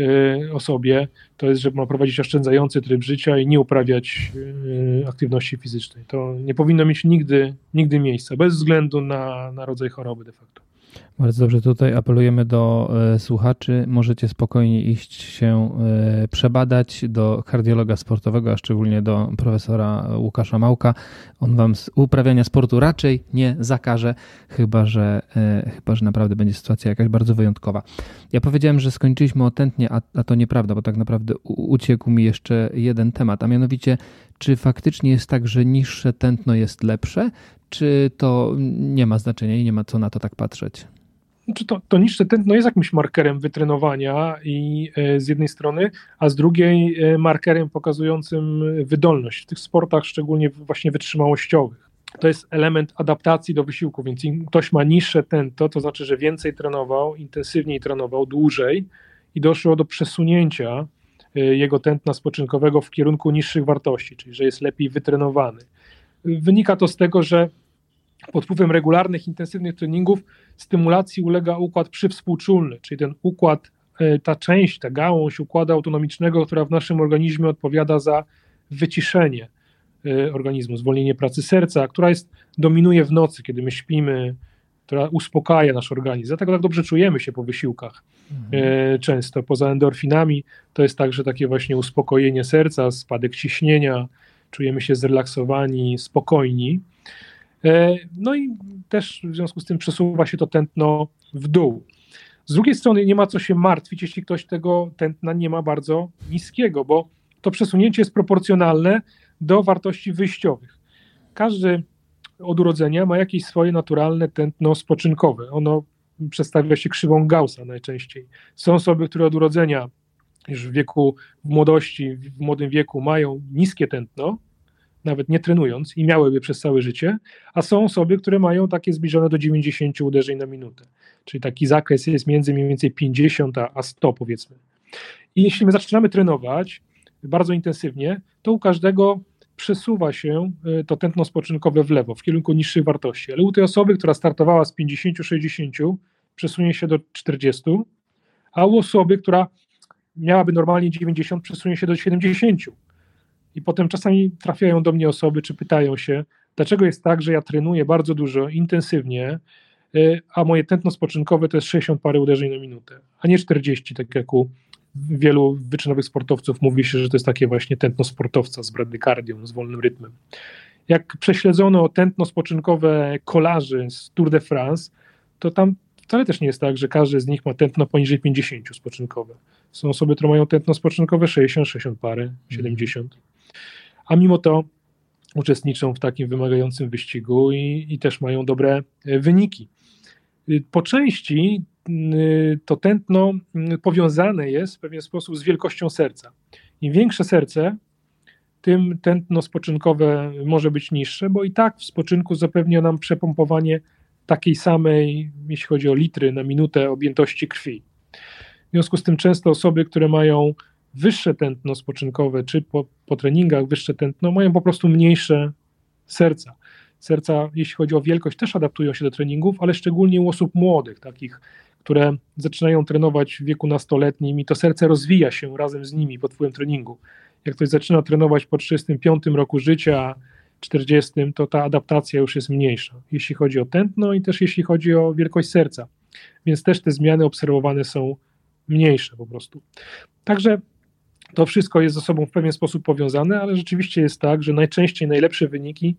y, osobie, to jest, że ma prowadzić oszczędzający tryb życia i nie uprawiać y, aktywności fizycznej. To nie powinno mieć nigdy, nigdy miejsca, bez względu na, na rodzaj choroby de facto. Bardzo dobrze, tutaj apelujemy do e, słuchaczy. Możecie spokojnie iść się e, przebadać do kardiologa sportowego, a szczególnie do profesora Łukasza Małka. On wam z uprawiania sportu raczej nie zakaże, chyba że, e, chyba że naprawdę będzie sytuacja jakaś bardzo wyjątkowa. Ja powiedziałem, że skończyliśmy o tętnie, a, a to nieprawda, bo tak naprawdę u, uciekł mi jeszcze jeden temat, a mianowicie, czy faktycznie jest tak, że niższe tętno jest lepsze, czy to nie ma znaczenia i nie ma co na to tak patrzeć? Znaczy to, to niższe tętno jest jakimś markerem wytrenowania i e, z jednej strony, a z drugiej e, markerem pokazującym wydolność w tych sportach, szczególnie właśnie wytrzymałościowych. To jest element adaptacji do wysiłku, więc im ktoś ma niższe tętno, to znaczy, że więcej trenował, intensywniej trenował, dłużej i doszło do przesunięcia e, jego tętna spoczynkowego w kierunku niższych wartości, czyli że jest lepiej wytrenowany. Wynika to z tego, że pod wpływem regularnych, intensywnych treningów stymulacji ulega układ przywspółczulny, czyli ten układ, ta część, ta gałąź układu autonomicznego, która w naszym organizmie odpowiada za wyciszenie organizmu, zwolnienie pracy serca, która jest, dominuje w nocy, kiedy my śpimy, która uspokaja nasz organizm. Dlatego tak dobrze czujemy się po wysiłkach mhm. często. Poza endorfinami to jest także takie właśnie uspokojenie serca, spadek ciśnienia, czujemy się zrelaksowani, spokojni. No i też w związku z tym przesuwa się to tętno w dół. Z drugiej strony nie ma co się martwić, jeśli ktoś tego tętna nie ma bardzo niskiego, bo to przesunięcie jest proporcjonalne do wartości wyjściowych. Każdy od urodzenia ma jakieś swoje naturalne tętno spoczynkowe. Ono przedstawia się krzywą Gaussa najczęściej. Są osoby, które od urodzenia już w wieku, w młodości, w młodym wieku mają niskie tętno, nawet nie trenując i miałyby przez całe życie, a są osoby, które mają takie zbliżone do dziewięćdziesiąt uderzeń na minutę. Czyli taki zakres jest między mniej więcej pięćdziesiąt a sto, powiedzmy. I jeśli my zaczynamy trenować bardzo intensywnie, to u każdego przesuwa się to tętno spoczynkowe w lewo, w kierunku niższych wartości. Ale u tej osoby, która startowała z pięćdziesiąt sześćdziesiąt, przesunie się do czterdzieści, a u osoby, która miałaby normalnie dziewięćdziesiąt, przesunie się do siedemdziesiąt. I potem czasami trafiają do mnie osoby, czy pytają się, dlaczego jest tak, że ja trenuję bardzo dużo, intensywnie, a moje tętno spoczynkowe to jest sześćdziesiąt parę uderzeń na minutę, a nie czterdzieści, tak jak u wielu wyczynowych sportowców mówi się, że to jest takie właśnie tętno sportowca z bradykardią, z wolnym rytmem. Jak prześledzono tętno spoczynkowe kolarzy z Tour de France, to tam wcale też nie jest tak, że każdy z nich ma tętno poniżej pięćdziesiąt spoczynkowe. Są osoby, które mają tętno spoczynkowe sześćdziesiąt, sześćdziesiąt parę, siedemdziesiąt. A mimo to uczestniczą w takim wymagającym wyścigu i, i też mają dobre wyniki. Po części to tętno powiązane jest w pewien sposób z wielkością serca. Im większe serce, tym tętno spoczynkowe może być niższe, bo i tak w spoczynku zapewnia nam przepompowanie takiej samej, jeśli chodzi o litry na minutę, objętości krwi. W związku z tym często osoby, które mają wyższe tętno spoczynkowe, czy po, po treningach wyższe tętno, mają po prostu mniejsze serca. Serca, jeśli chodzi o wielkość, też adaptują się do treningów, ale szczególnie u osób młodych, takich, które zaczynają trenować w wieku nastoletnim i to serce rozwija się razem z nimi pod wpływem treningu. Jak ktoś zaczyna trenować po trzydziestym piątym roku życia, czterdziestym, to ta adaptacja już jest mniejsza, jeśli chodzi o tętno i też jeśli chodzi o wielkość serca. Więc też te zmiany obserwowane są mniejsze po prostu. Także to wszystko jest ze sobą w pewien sposób powiązane, ale rzeczywiście jest tak, że najczęściej najlepsze wyniki,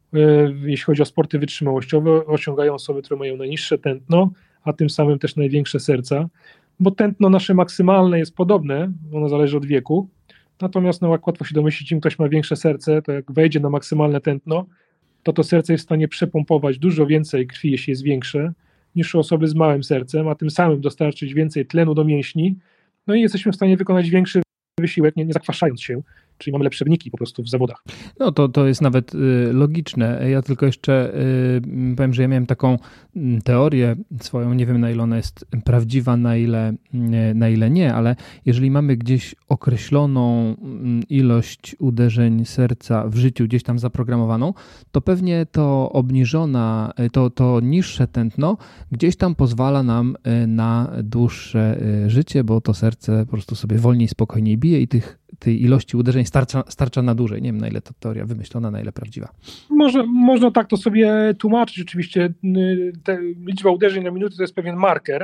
jeśli chodzi o sporty wytrzymałościowe, osiągają osoby, które mają najniższe tętno, a tym samym też największe serca, bo tętno nasze maksymalne jest podobne, ono zależy od wieku, natomiast no, jak łatwo się domyślić, im ktoś ma większe serce, to jak wejdzie na maksymalne tętno, to to serce jest w stanie przepompować dużo więcej krwi, jeśli jest większe, niż u osoby z małym sercem, a tym samym dostarczyć więcej tlenu do mięśni, no i jesteśmy w stanie wykonać większy wysiłek, nie, nie zakwaszając się, czyli mamy lepsze wyniki po prostu w zawodach. No to, to jest nawet y, logiczne. Ja tylko jeszcze y, powiem, że ja miałem taką teorię swoją, nie wiem na ile ona jest prawdziwa, na ile, y, na ile nie, ale jeżeli mamy gdzieś określoną ilość uderzeń serca w życiu gdzieś tam zaprogramowaną, to pewnie to obniżona, to, to niższe tętno gdzieś tam pozwala nam na dłuższe życie, bo to serce po prostu sobie wolniej, spokojniej bije i tych tej ilości uderzeń starcza, starcza na dłużej. Nie wiem, na ile to teoria wymyślona, na ile prawdziwa. Może, można tak to sobie tłumaczyć. Oczywiście te, liczba uderzeń na minutę to jest pewien marker.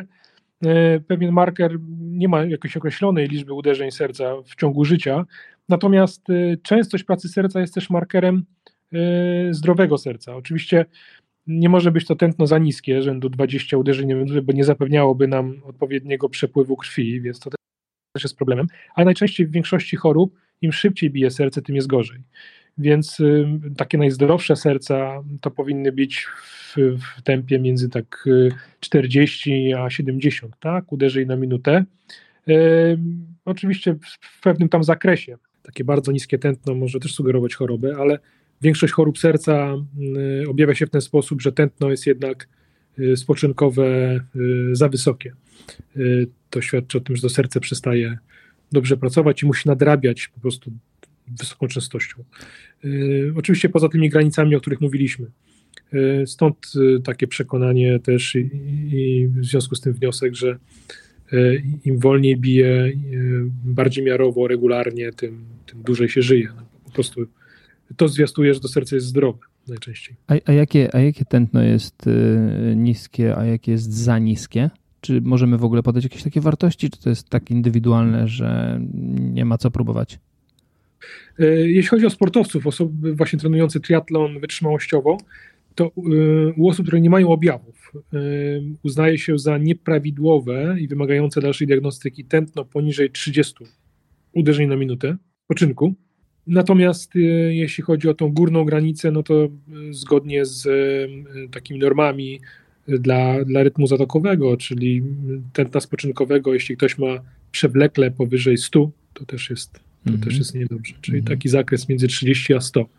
Pewien marker nie ma jakiejś określonej liczby uderzeń serca w ciągu życia, natomiast częstość pracy serca jest też markerem zdrowego serca. Oczywiście nie może być to tętno za niskie, rzędu dwadzieścia uderzeń na minutę, bo nie zapewniałoby nam odpowiedniego przepływu krwi, więc to też jest problemem, ale najczęściej w większości chorób im szybciej bije serce, tym jest gorzej. Więc y, takie najzdrowsze serca to powinny być w, w tempie między tak y, czterdzieści a siedemdziesiąt, tak, uderzeń na minutę. Y, oczywiście w, w pewnym tam zakresie. Takie bardzo niskie tętno może też sugerować chorobę, ale większość chorób serca y, objawia się w ten sposób, że tętno jest jednak y, spoczynkowe y, za wysokie. Y, to świadczy o tym, że to serce przestaje dobrze pracować i musi nadrabiać po prostu wysoką częstością. Yy, oczywiście poza tymi granicami, o których mówiliśmy. Yy, stąd yy, takie przekonanie też i, i w związku z tym wniosek, że yy, im wolniej bije, yy, bardziej miarowo, regularnie, tym, tym dłużej się żyje. No, po prostu to zwiastuje, że to serce jest zdrowe najczęściej. A, a, jakie, a jakie tętno jest yy, niskie, a jakie jest za niskie? Czy możemy w ogóle podać jakieś takie wartości, czy to jest tak indywidualne, że nie ma co próbować? Jeśli chodzi o sportowców, osoby właśnie trenujące triatlon wytrzymałościowo, to u osób, które nie mają objawów, uznaje się za nieprawidłowe i wymagające dalszej diagnostyki tętno poniżej trzydzieści uderzeń na minutę poczynku. Natomiast jeśli chodzi o tą górną granicę, no to zgodnie z takimi normami dla, dla rytmu zatokowego, czyli tętna spoczynkowego, jeśli ktoś ma przewlekle powyżej stu, to też jest, to mm-hmm. też jest niedobrze. Czyli mm-hmm. taki zakres między trzydzieści a sto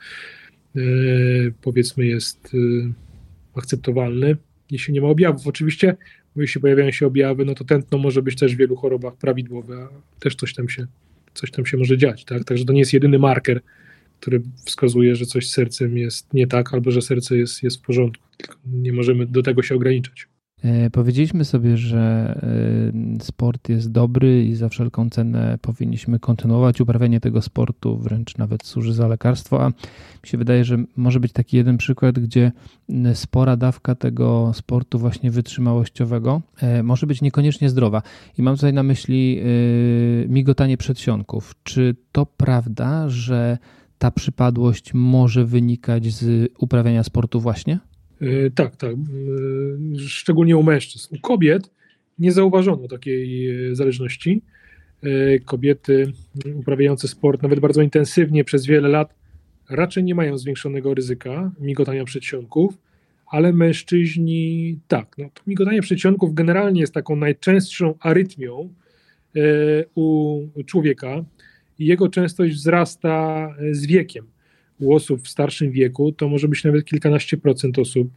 yy, powiedzmy jest yy, akceptowalny, jeśli nie ma objawów. Oczywiście, bo jeśli pojawiają się objawy, no to tętno może być też w wielu chorobach prawidłowe, a też coś tam się, coś tam się może dziać. Tak? Także to nie jest jedyny marker, który wskazuje, że coś z sercem jest nie tak, albo że serce jest, jest w porządku. Tylko nie możemy do tego się ograniczać. Powiedzieliśmy sobie, że sport jest dobry i za wszelką cenę powinniśmy kontynuować uprawianie tego sportu, wręcz nawet służy za lekarstwo, a mi się wydaje, że może być taki jeden przykład, gdzie spora dawka tego sportu właśnie wytrzymałościowego może być niekoniecznie zdrowa. I mam tutaj na myśli migotanie przedsionków. Czy to prawda, że ta przypadłość może wynikać z uprawiania sportu właśnie? Yy, tak, tak. Yy, szczególnie u mężczyzn. U kobiet nie zauważono takiej zależności. Yy, kobiety uprawiające sport nawet bardzo intensywnie przez wiele lat raczej nie mają zwiększonego ryzyka migotania przedsionków, ale mężczyźni tak. No, to migotanie przedsionków generalnie jest taką najczęstszą arytmią yy, u człowieka i jego częstość wzrasta z wiekiem. U osób w starszym wieku to może być nawet kilkanaście procent osób,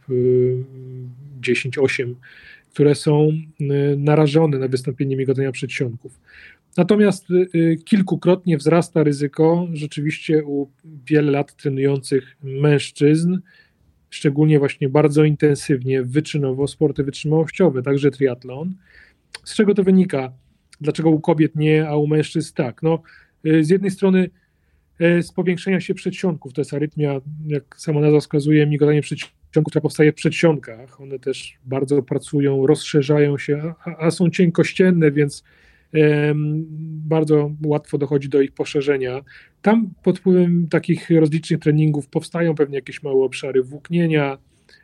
dziesięć, osiem, które są narażone na wystąpienie migotania przedsionków. Natomiast kilkukrotnie wzrasta ryzyko rzeczywiście u wiele lat trenujących mężczyzn, szczególnie właśnie bardzo intensywnie, wyczynowo, sporty wytrzymałościowe, także triatlon. Z czego to wynika? Dlaczego u kobiet nie, a u mężczyzn tak? No, z jednej strony z powiększenia się przedsionków. To jest arytmia, jak sama nazwa wskazuje, migotanie przedsionków, która powstaje w przedsionkach. One też bardzo pracują, rozszerzają się, a, a są cienkościenne, więc em, bardzo łatwo dochodzi do ich poszerzenia. Tam pod wpływem takich rozlicznych treningów powstają pewnie jakieś małe obszary włóknienia,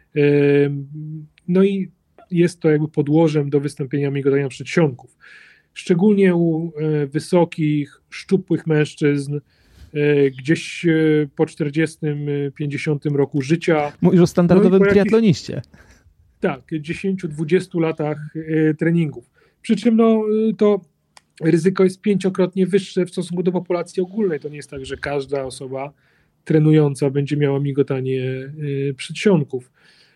em, no i jest to jakby podłożem do wystąpienia migotania przedsionków. Szczególnie u e, wysokich, szczupłych mężczyzn, gdzieś po czterdziestym, pięćdziesiątym roku życia. Mówisz o standardowym no jakichś, triatloniście. Tak, dziesięć do dwudziestu latach treningów. Przy czym no, to ryzyko jest pięciokrotnie wyższe w stosunku do populacji ogólnej. To nie jest tak, że każda osoba trenująca będzie miała migotanie przedsionków.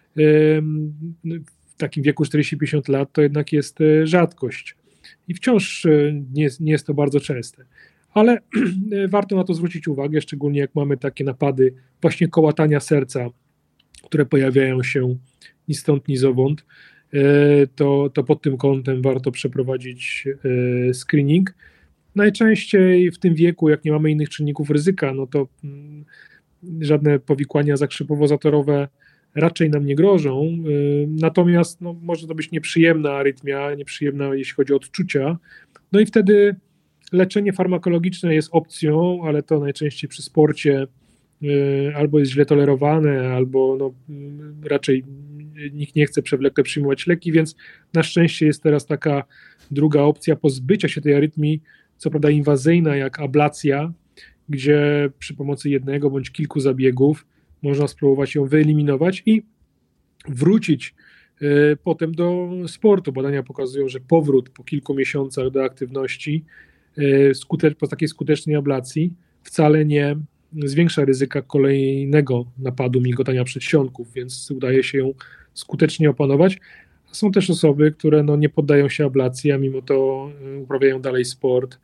W takim wieku czterdzieści do pięćdziesięciu lat to jednak jest rzadkość. I wciąż nie, nie jest to bardzo częste. Ale warto na to zwrócić uwagę, szczególnie jak mamy takie napady właśnie kołatania serca, które pojawiają się ni stąd, ni zowąd, to, to pod tym kątem warto przeprowadzić screening. Najczęściej w tym wieku, jak nie mamy innych czynników ryzyka, no to żadne powikłania zakrzepowo-zatorowe raczej nam nie grożą, natomiast no, może to być nieprzyjemna arytmia, nieprzyjemna jeśli chodzi o odczucia, no i wtedy leczenie farmakologiczne jest opcją, ale to najczęściej przy sporcie albo jest źle tolerowane, albo no, raczej nikt nie chce przewlekle przyjmować leki, więc na szczęście jest teraz taka druga opcja pozbycia się tej arytmii, co prawda inwazyjna, jak ablacja, gdzie przy pomocy jednego bądź kilku zabiegów można spróbować ją wyeliminować i wrócić y, potem do sportu. Badania pokazują, że powrót po kilku miesiącach do aktywności y, skute- po takiej skutecznej ablacji wcale nie zwiększa ryzyka kolejnego napadu migotania przedsionków, więc udaje się ją skutecznie opanować. Są też osoby, które no, nie poddają się ablacji, a mimo to y, uprawiają dalej sport,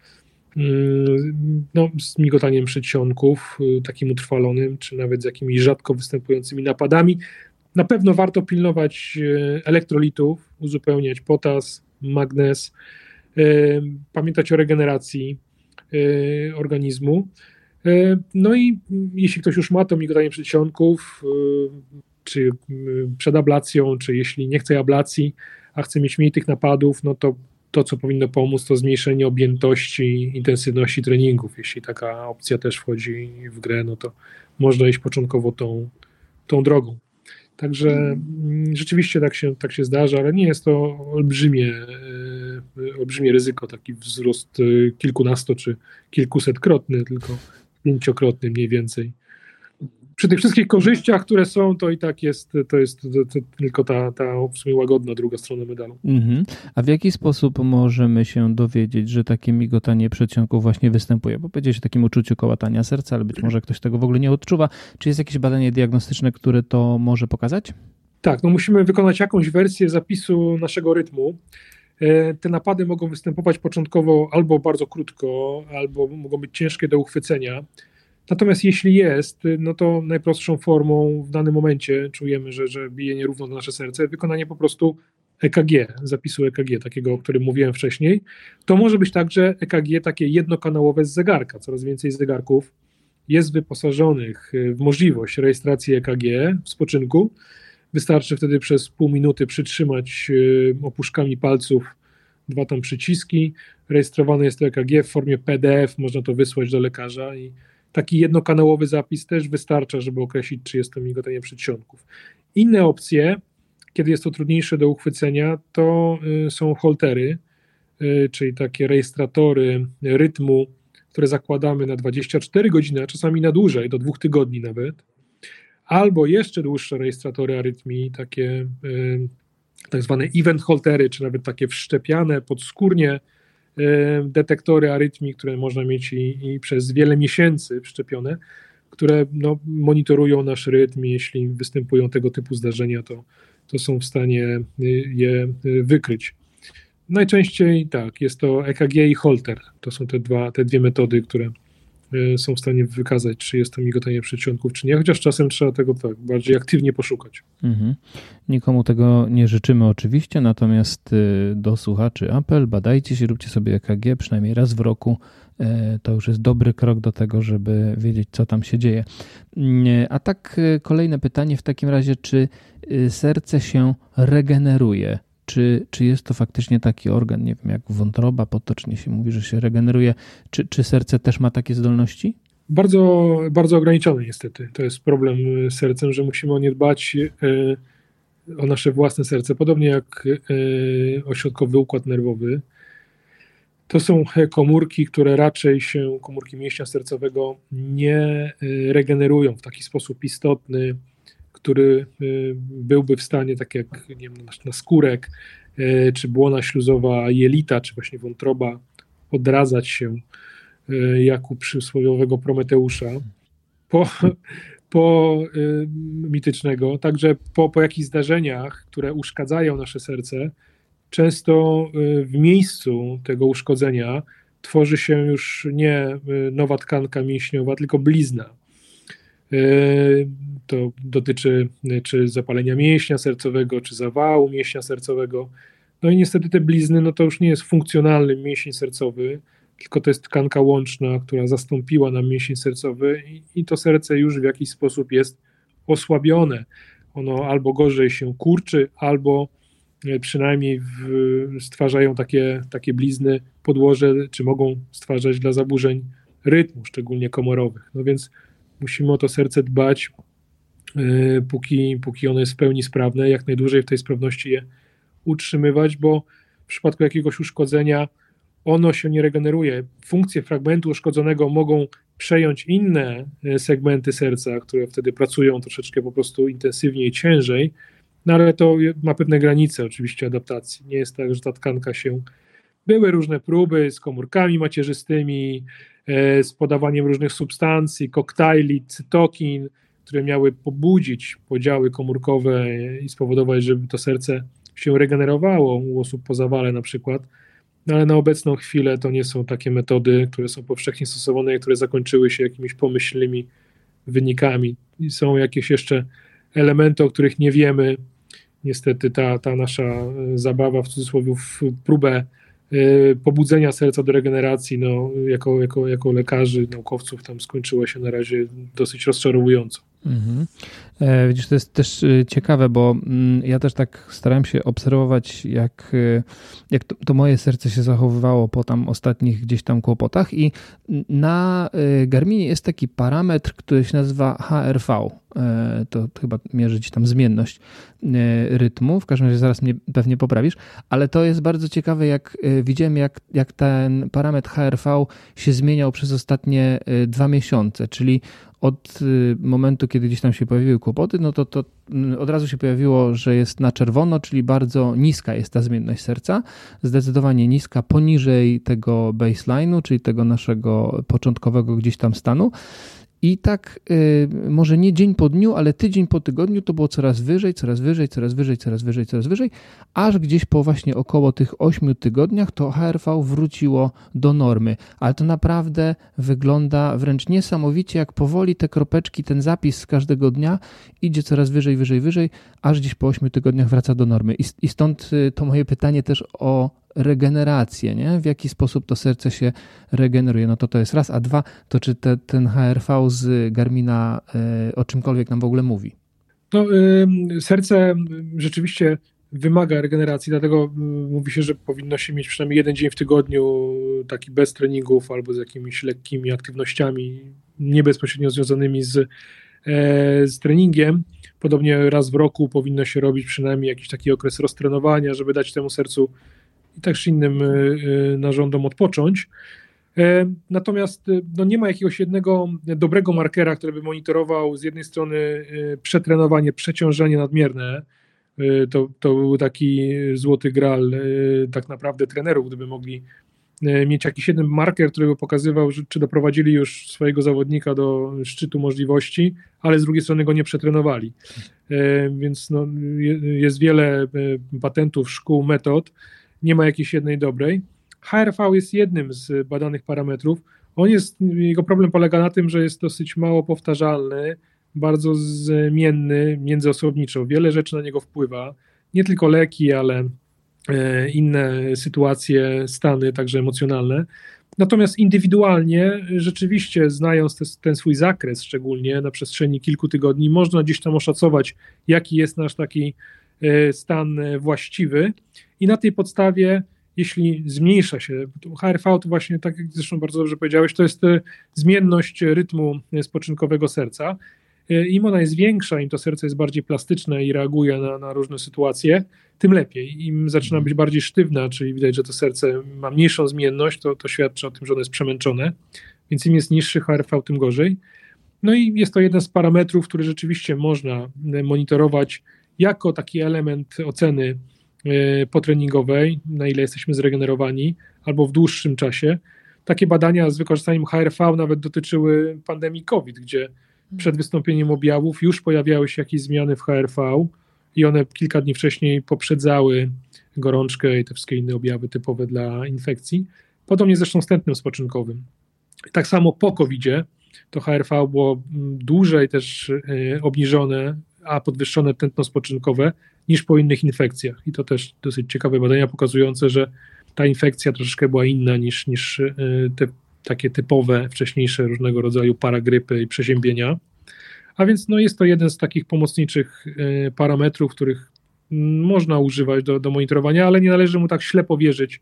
no, z migotaniem przedsionków, takim utrwalonym, czy nawet z jakimiś rzadko występującymi napadami. Na pewno warto pilnować elektrolitów, uzupełniać potas, magnez, pamiętać o regeneracji organizmu. No i jeśli ktoś już ma to migotanie przedsionków, czy przed ablacją, czy jeśli nie chce ablacji, a chce mieć mniej tych napadów, no to to, co powinno pomóc, to zmniejszenie objętości, intensywności treningów. Jeśli taka opcja też wchodzi w grę, no to można iść początkowo tą, tą drogą. Także mm. rzeczywiście tak się, tak się zdarza, ale nie jest to olbrzymie, olbrzymie ryzyko, taki wzrost kilkunasto czy kilkusetkrotny, tylko pięciokrotny mniej więcej. przy tych wszystkich korzyściach, które są, to i tak jest, to jest to, to tylko ta, ta w sumie łagodna druga strona medalu. Mhm. A w jaki sposób możemy się dowiedzieć, że takie migotanie przedsionków właśnie występuje? Bo powiedziałeś o takim uczuciu kołatania serca, ale być może ktoś tego w ogóle nie odczuwa. Czy jest jakieś badanie diagnostyczne, które to może pokazać? Tak, no musimy wykonać jakąś wersję zapisu naszego rytmu. Te napady mogą występować początkowo albo bardzo krótko, albo mogą być ciężkie do uchwycenia. Natomiast jeśli jest, no to najprostszą formą w danym momencie czujemy, że, że bije nierówno nasze serce, wykonanie po prostu E K G, zapisu E K G, takiego, o którym mówiłem wcześniej. To może być także E K G takie jednokanałowe z zegarka. Coraz więcej zegarków jest wyposażonych w możliwość rejestracji E K G w spoczynku. Wystarczy wtedy przez pół minuty przytrzymać opuszkami palców dwa tam przyciski. Rejestrowane jest to E K G w formie P D F, można to wysłać do lekarza i taki jednokanałowy zapis też wystarcza, żeby określić, czy jest to migotanie przedsionków. Inne opcje, kiedy jest to trudniejsze do uchwycenia, to są holtery, czyli takie rejestratory rytmu, które zakładamy na dwadzieścia cztery godziny, a czasami na dłużej, do dwóch tygodni nawet. Albo jeszcze dłuższe rejestratory arytmii, takie y, tak zwane event holtery, czy nawet takie wszczepiane podskórnie y, detektory arytmii, które można mieć i, i przez wiele miesięcy wszczepione, które no, monitorują nasz rytm i jeśli występują tego typu zdarzenia, to, to są w stanie je wykryć. Najczęściej tak, jest to E K G i holter. To są te, dwa, te dwie metody, które są w stanie wykazać, czy jest to migotanie przedsionków, czy nie, chociaż czasem trzeba tego tak bardziej aktywnie poszukać. Mhm. Nikomu tego nie życzymy oczywiście, natomiast do słuchaczy apel, badajcie się, róbcie sobie E K G przynajmniej raz w roku. To już jest dobry krok do tego, żeby wiedzieć, co tam się dzieje. A tak kolejne pytanie w takim razie, czy serce się regeneruje? Czy, czy jest to faktycznie taki organ, nie wiem, jak wątroba, potocznie się mówi, że się regeneruje. Czy, czy serce też ma takie zdolności? Bardzo, bardzo ograniczone niestety. To jest problem z sercem, że musimy o nie dbać, o nasze własne serce, podobnie jak ośrodkowy układ nerwowy. To są komórki, które raczej się, komórki mięśnia sercowego nie regenerują w taki sposób istotny, który byłby w stanie, tak jak nie wiem, naskórek, czy błona śluzowa jelita, czy właśnie wątroba, odradzać się jak u przysłowiowego Prometeusza po, po mitycznego. Także po, po jakichś zdarzeniach, które uszkadzają nasze serce, często w miejscu tego uszkodzenia tworzy się już nie nowa tkanka mięśniowa, tylko blizna. To dotyczy czy zapalenia mięśnia sercowego, czy zawału mięśnia sercowego. No i niestety te blizny, no to już nie jest funkcjonalny mięsień sercowy, tylko to jest tkanka łączna, która zastąpiła nam mięsień sercowy i, i to serce już w jakiś sposób jest osłabione. Ono albo gorzej się kurczy, albo przynajmniej w, stwarzają takie, takie blizny podłoże, czy mogą stwarzać dla zaburzeń rytmu, szczególnie komorowych. No więc musimy o to serce dbać, yy, póki, póki ono jest w pełni sprawne, jak najdłużej w tej sprawności je utrzymywać, bo w przypadku jakiegoś uszkodzenia ono się nie regeneruje. Funkcje fragmentu uszkodzonego mogą przejąć inne segmenty serca, które wtedy pracują troszeczkę po prostu intensywniej, ciężej, no ale to ma pewne granice oczywiście adaptacji. Nie jest tak, że ta tkanka się... Były różne próby z komórkami macierzystymi, z podawaniem różnych substancji, koktajli, cytokin, które miały pobudzić podziały komórkowe i spowodować, żeby to serce się regenerowało u osób po zawale na przykład. No ale na obecną chwilę to nie są takie metody, które są powszechnie stosowane i które zakończyły się jakimiś pomyślnymi wynikami. I są jakieś jeszcze elementy, o których nie wiemy. Niestety ta, ta nasza zabawa, w cudzysłowie, w próbę pobudzenia serca do regeneracji, no, jako, jako, jako lekarzy, naukowców, tam skończyło się na razie dosyć rozczarowująco. Mhm. E, widzisz, to jest też ciekawe, bo ja też tak starałem się obserwować, jak, jak to, to moje serce się zachowywało po tam ostatnich gdzieś tam kłopotach i na Garminie jest taki parametr, który się nazywa H R V. E, to chyba mierzy ci tam zmienność rytmu, w każdym razie zaraz mnie pewnie poprawisz, ale to jest bardzo ciekawe, jak widziałem, jak, jak ten parametr H R V się zmieniał przez ostatnie dwa miesiące, czyli od momentu, kiedy gdzieś tam się pojawiły kłopoty, no to, to od razu się pojawiło, że jest na czerwono, czyli bardzo niska jest ta zmienność serca, zdecydowanie niska, poniżej tego baseline'u, czyli tego naszego początkowego gdzieś tam stanu. I tak y, może nie dzień po dniu, ale tydzień po tygodniu to było coraz wyżej, coraz wyżej, coraz wyżej, coraz wyżej, coraz wyżej, aż gdzieś po właśnie około tych ośmiu tygodniach to H R V wróciło do normy. Ale to naprawdę wygląda wręcz niesamowicie, jak powoli te kropeczki, ten zapis z każdego dnia idzie coraz wyżej, wyżej, wyżej, aż gdzieś po ośmiu tygodniach wraca do normy. I, i stąd to moje pytanie też o regenerację, nie? W jaki sposób to serce się regeneruje. No to to jest raz, a dwa, to czy te, ten H R V z Garmina y, o czymkolwiek nam w ogóle mówi? No, y, serce rzeczywiście wymaga regeneracji, dlatego y, mówi się, że powinno się mieć przynajmniej jeden dzień w tygodniu taki bez treningów albo z jakimiś lekkimi aktywnościami nie bezpośrednio związanymi z, e, z treningiem. Podobnie raz w roku powinno się robić przynajmniej jakiś taki okres roztrenowania, żeby dać temu sercu i też innym narządom odpocząć. Natomiast no, nie ma jakiegoś jednego dobrego markera, który by monitorował z jednej strony przetrenowanie, przeciążenie nadmierne. To, to był taki złoty gral tak naprawdę trenerów, gdyby mogli mieć jakiś jeden marker, który by pokazywał, że, czy doprowadzili już swojego zawodnika do szczytu możliwości, ale z drugiej strony go nie przetrenowali. Więc no, jest wiele patentów, szkół, metod. Nie ma jakiejś jednej dobrej. H R V jest jednym z badanych parametrów. On jest, jego problem polega na tym, że jest dosyć mało powtarzalny, bardzo zmienny międzyosobniczo. Wiele rzeczy na niego wpływa. Nie tylko leki, ale inne sytuacje, stany, także emocjonalne. Natomiast indywidualnie, rzeczywiście znając te, ten swój zakres, szczególnie na przestrzeni kilku tygodni, można gdzieś tam oszacować, jaki jest nasz taki stan właściwy i na tej podstawie, jeśli zmniejsza się, H R V to właśnie, tak jak zresztą bardzo dobrze powiedziałeś, to jest zmienność rytmu spoczynkowego serca. Im ona jest większa, im to serce jest bardziej plastyczne i reaguje na, na różne sytuacje, tym lepiej. Im zaczyna być bardziej sztywna, czyli widać, że to serce ma mniejszą zmienność, to, to świadczy o tym, że ono jest przemęczone, więc im jest niższy H R V, tym gorzej. No i jest to jeden z parametrów, który rzeczywiście można monitorować jako taki element oceny potreningowej, na ile jesteśmy zregenerowani, albo w dłuższym czasie. Takie badania z wykorzystaniem H R V nawet dotyczyły pandemii COVID, gdzie przed wystąpieniem objawów już pojawiały się jakieś zmiany w H R V i one kilka dni wcześniej poprzedzały gorączkę i te wszystkie inne objawy typowe dla infekcji. Podobnie zresztą z tętnem spoczynkowym. Tak samo po kowidzie to H R V było dłużej też obniżone, a podwyższone tętno spoczynkowe niż po innych infekcjach. I to też dosyć ciekawe badania pokazujące, że ta infekcja troszeczkę była inna niż, niż te takie typowe, wcześniejsze różnego rodzaju paragrypy i przeziębienia. A więc no, jest to jeden z takich pomocniczych parametrów, których można używać do, do monitorowania, ale nie należy mu tak ślepo wierzyć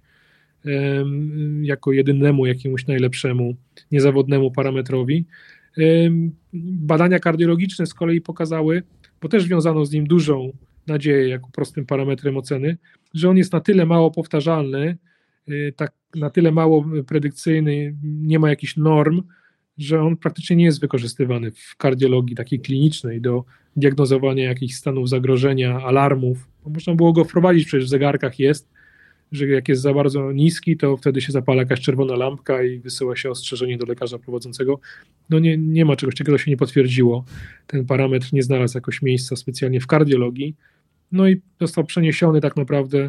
um, jako jedynemu, jakiemuś najlepszemu, niezawodnemu parametrowi. Um, badania kardiologiczne z kolei pokazały, bo też wiązano z nim dużą nadzieję jako prostym parametrem oceny, że on jest na tyle mało powtarzalny, tak na tyle mało predykcyjny, nie ma jakichś norm, że on praktycznie nie jest wykorzystywany w kardiologii takiej klinicznej do diagnozowania jakichś stanów zagrożenia, alarmów. Bo można było go wprowadzić, przecież w zegarkach jest, że jak jest za bardzo niski, to wtedy się zapala jakaś czerwona lampka i wysyła się ostrzeżenie do lekarza prowadzącego. No nie, nie ma czegoś takiego, się nie potwierdziło. Ten parametr nie znalazł jakoś miejsca specjalnie w kardiologii. No i został przeniesiony tak naprawdę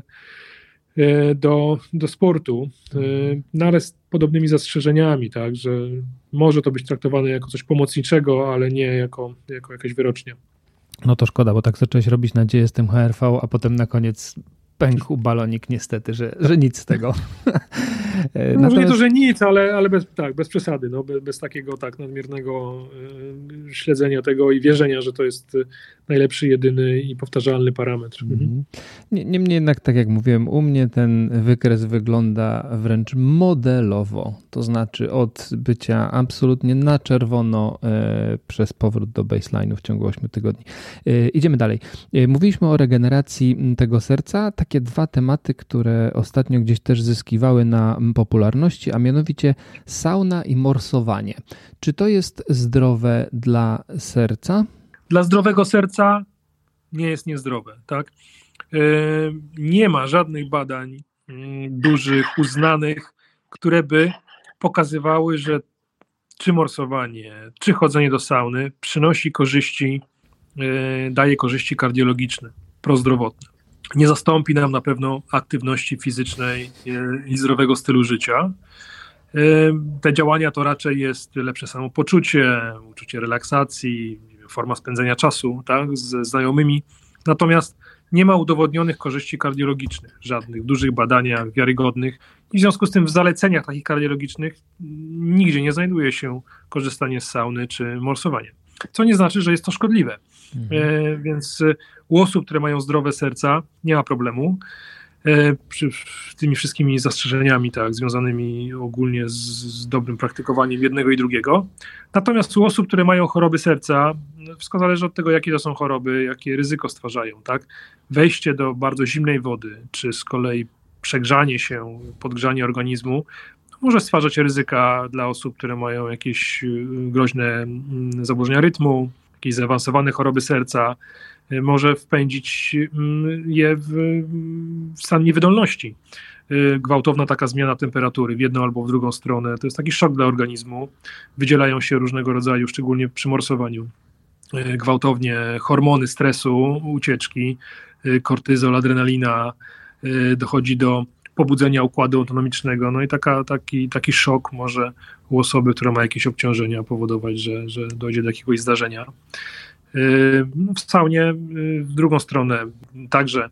do, do sportu, no ale z podobnymi zastrzeżeniami, tak, że może to być traktowane jako coś pomocniczego, ale nie jako, jako jakaś wyrocznia. No to szkoda, bo tak zacząłeś robić nadzieję z tym H R V, a potem na koniec pękł balonik niestety, że, że nic z tego. No, Natomiast... Może nie to, że nic, ale, ale bez, tak, bez przesady, no, bez, bez takiego tak nadmiernego y, śledzenia tego i wierzenia, że to jest najlepszy, jedyny i powtarzalny parametr. Mhm. Niemniej jednak, tak jak mówiłem, u mnie ten wykres wygląda wręcz modelowo, to znaczy od bycia absolutnie na czerwono y, przez powrót do baseline'u w ciągu ośmiu tygodni. Y, idziemy dalej. Y, mówiliśmy o regeneracji tego serca, takie dwa tematy, które ostatnio gdzieś też zyskiwały na popularności, a mianowicie sauna i morsowanie. Czy to jest zdrowe dla serca? Dla zdrowego serca nie jest niezdrowe, tak? Nie ma żadnych badań dużych, uznanych, które by pokazywały, że czy morsowanie, czy chodzenie do sauny przynosi korzyści, daje korzyści kardiologiczne, prozdrowotne. Nie zastąpi nam na pewno aktywności fizycznej i zdrowego stylu życia. Te działania to raczej jest lepsze samopoczucie, uczucie relaksacji, forma spędzenia czasu, tak, ze znajomymi. Natomiast nie ma udowodnionych korzyści kardiologicznych, żadnych w dużych badaniach wiarygodnych i w związku z tym w zaleceniach takich kardiologicznych nigdzie nie znajduje się korzystanie z sauny czy morsowanie. Co nie znaczy, że jest to szkodliwe. Mhm. E, więc u osób, które mają zdrowe serca, nie ma problemu. E, przy, z tymi wszystkimi zastrzeżeniami, tak, związanymi ogólnie z, z dobrym praktykowaniem jednego i drugiego. Natomiast u osób, które mają choroby serca, wszystko zależy od tego, jakie to są choroby, jakie ryzyko stwarzają. Tak? Wejście do bardzo zimnej wody, czy z kolei przegrzanie się, podgrzanie organizmu, może stwarzać ryzyka dla osób, które mają jakieś groźne zaburzenia rytmu, jakieś zaawansowane choroby serca, może wpędzić je w stan niewydolności. Gwałtowna taka zmiana temperatury w jedną albo w drugą stronę, to jest taki szok dla organizmu. Wydzielają się różnego rodzaju, szczególnie przy morsowaniu, gwałtownie hormony stresu, ucieczki, kortyzol, adrenalina, dochodzi do pobudzenia układu autonomicznego, no i taka, taki, taki szok może u osoby, która ma jakieś obciążenia, powodować, że, że dojdzie do jakiegoś zdarzenia. W saunie w drugą stronę także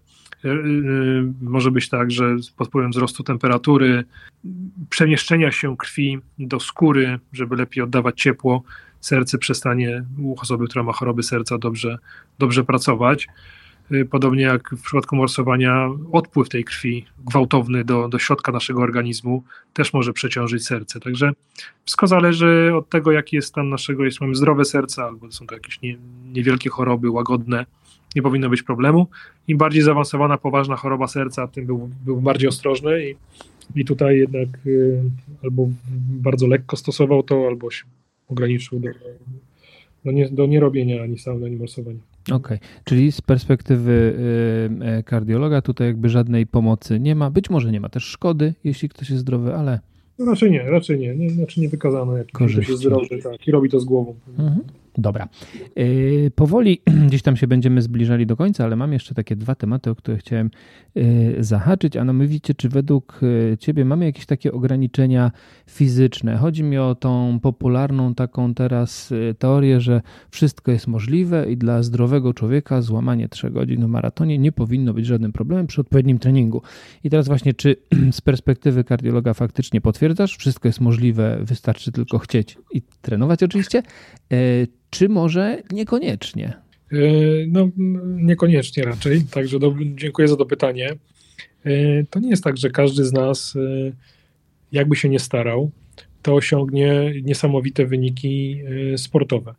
może być tak, że pod wpływem wzrostu temperatury, przemieszczenia się krwi do skóry, żeby lepiej oddawać ciepło, serce przestanie u osoby, która ma choroby serca dobrze, dobrze pracować. Podobnie jak w przypadku morsowania, odpływ tej krwi gwałtowny do, do środka naszego organizmu też może przeciążyć serce. Także wszystko zależy od tego, jaki jest stan naszego, jeśli mamy zdrowe serce, albo są to jakieś nie, niewielkie choroby, łagodne, nie powinno być problemu. Im bardziej zaawansowana, poważna choroba serca, tym był, był bardziej ostrożny i, i tutaj jednak y, albo bardzo lekko stosował to, albo się ograniczył do, do, nie, do nierobienia ani sauny, ani morsowania. Okej, okay. Czyli z perspektywy y, kardiologa tutaj jakby żadnej pomocy nie ma. Być może nie ma też szkody, jeśli ktoś jest zdrowy, ale... No raczej nie, raczej nie. nie znaczy nie wykazano, jak ktoś jest zdrowy, tak, i robi to z głową. Mhm. Dobra. Yy, powoli gdzieś tam się będziemy zbliżali do końca, ale mam jeszcze takie dwa tematy, o które chciałem yy, zahaczyć, a mianowicie, czy według yy, Ciebie mamy jakieś takie ograniczenia fizyczne? Chodzi mi o tą popularną taką teraz yy, teorię, że wszystko jest możliwe i dla zdrowego człowieka złamanie trzech godzin w maratonie nie powinno być żadnym problemem przy odpowiednim treningu. I teraz właśnie, czy z perspektywy kardiologa faktycznie potwierdzasz, wszystko jest możliwe, wystarczy tylko chcieć i trenować oczywiście, yy, czy może niekoniecznie? No niekoniecznie raczej, także do, dziękuję za to pytanie. To nie jest tak, że każdy z nas, jakby się nie starał, to osiągnie niesamowite wyniki sportowe.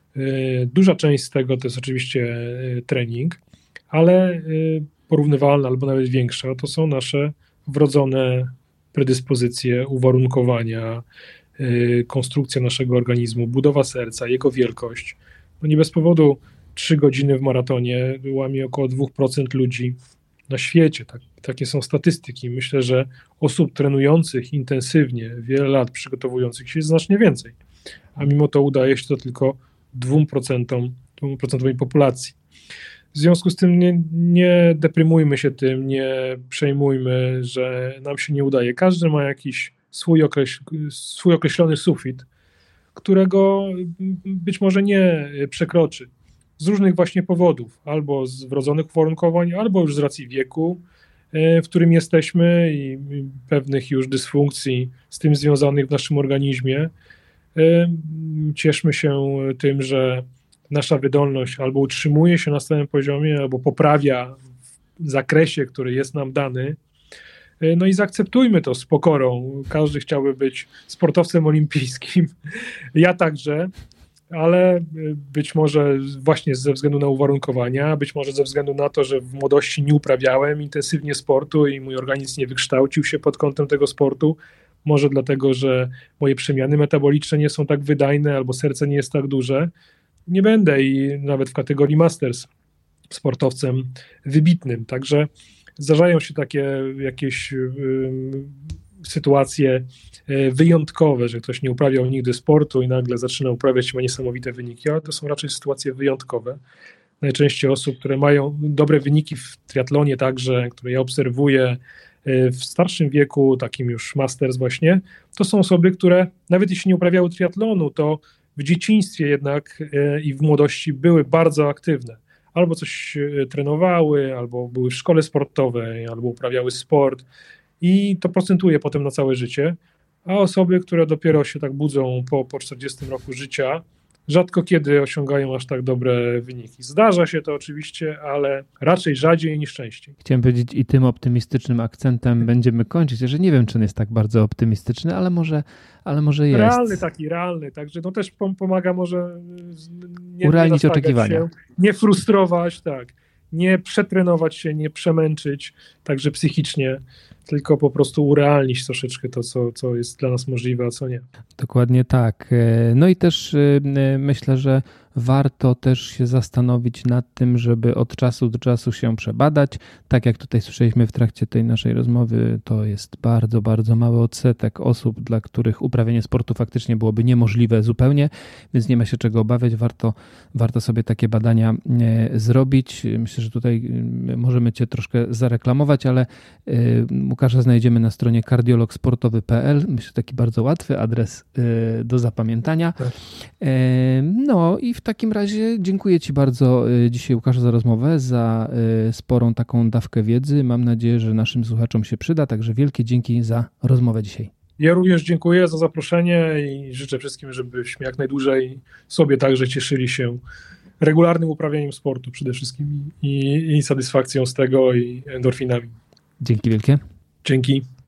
Duża część z tego to jest oczywiście trening, ale porównywalna albo nawet większa to są nasze wrodzone predyspozycje, uwarunkowania, konstrukcja naszego organizmu, budowa serca, jego wielkość. No nie bez powodu trzy godziny w maratonie łamie około dwa procent ludzi na świecie. Tak, takie są statystyki. Myślę, że osób trenujących intensywnie, wiele lat przygotowujących się jest znacznie więcej. A mimo to udaje się to tylko dwóm procentom, dwóm procentowej populacji. W związku z tym nie, nie deprymujmy się tym, nie przejmujmy, że nam się nie udaje. Każdy ma jakiś swój, okreś, swój określony sufit, którego być może nie przekroczy z różnych właśnie powodów, albo z wrodzonych uwarunkowań, albo już z racji wieku, w którym jesteśmy i pewnych już dysfunkcji z tym związanych w naszym organizmie. Cieszmy się tym, że nasza wydolność albo utrzymuje się na stałym poziomie, albo poprawia w zakresie, który jest nam dany. No i zaakceptujmy to z pokorą. Każdy chciałby być sportowcem olimpijskim. Ja także. ale być może właśnie ze względu na uwarunkowania, być może ze względu na to, że w młodości nie uprawiałem intensywnie sportu i mój organizm nie wykształcił się pod kątem tego sportu, może dlatego, że moje przemiany metaboliczne nie są tak wydajne albo serce nie jest tak duże, nie będę i nawet w kategorii Masters sportowcem wybitnym. Także zdarzają się takie jakieś y, sytuacje wyjątkowe, że ktoś nie uprawiał nigdy sportu i nagle zaczyna uprawiać i ma niesamowite wyniki, ale to są raczej sytuacje wyjątkowe. Najczęściej osób, które mają dobre wyniki w triatlonie także, które ja obserwuję w starszym wieku, takim już Masters właśnie, to są osoby, które nawet jeśli nie uprawiały triatlonu, to w dzieciństwie jednak i w młodości były bardzo aktywne. Albo coś trenowały, albo były w szkole sportowej, albo uprawiały sport i to procentuje potem na całe życie. A osoby, które dopiero się tak budzą po, po czterdziestym roku życia, rzadko kiedy osiągają aż tak dobre wyniki. Zdarza się to oczywiście, ale raczej rzadziej niż częściej. Chciałem powiedzieć i tym optymistycznym akcentem będziemy kończyć, że nie wiem, czy on jest tak bardzo optymistyczny, ale może, ale może jest. Realny taki, realny, także no też pomaga może nie, urealnić nie oczekiwania. Się, nie frustrować, tak, nie przetrenować się, nie przemęczyć, także psychicznie, tylko po prostu urealnić troszeczkę to, co, co jest dla nas możliwe, a co nie. Dokładnie tak. No i też myślę, że warto też się zastanowić nad tym, żeby od czasu do czasu się przebadać. Tak jak tutaj słyszeliśmy w trakcie tej naszej rozmowy, to jest bardzo, bardzo mały odsetek osób, dla których uprawianie sportu faktycznie byłoby niemożliwe zupełnie, więc nie ma się czego obawiać. Warto, warto sobie takie badania zrobić. Myślę, że tutaj możemy Cię troszkę zareklamować, ale Łukasza znajdziemy na stronie kardiolog sportowy kropka p l. Myślę, taki bardzo łatwy adres do zapamiętania. Tak. No i w takim razie dziękuję Ci bardzo dzisiaj, Łukaszu, za rozmowę, za sporą taką dawkę wiedzy. Mam nadzieję, że naszym słuchaczom się przyda, także wielkie dzięki za rozmowę dzisiaj. Ja również dziękuję za zaproszenie i życzę wszystkim, żebyśmy jak najdłużej sobie także cieszyli się regularnym uprawianiem sportu przede wszystkim i, i satysfakcją z tego i endorfinami. Dzięki wielkie. Dzięki.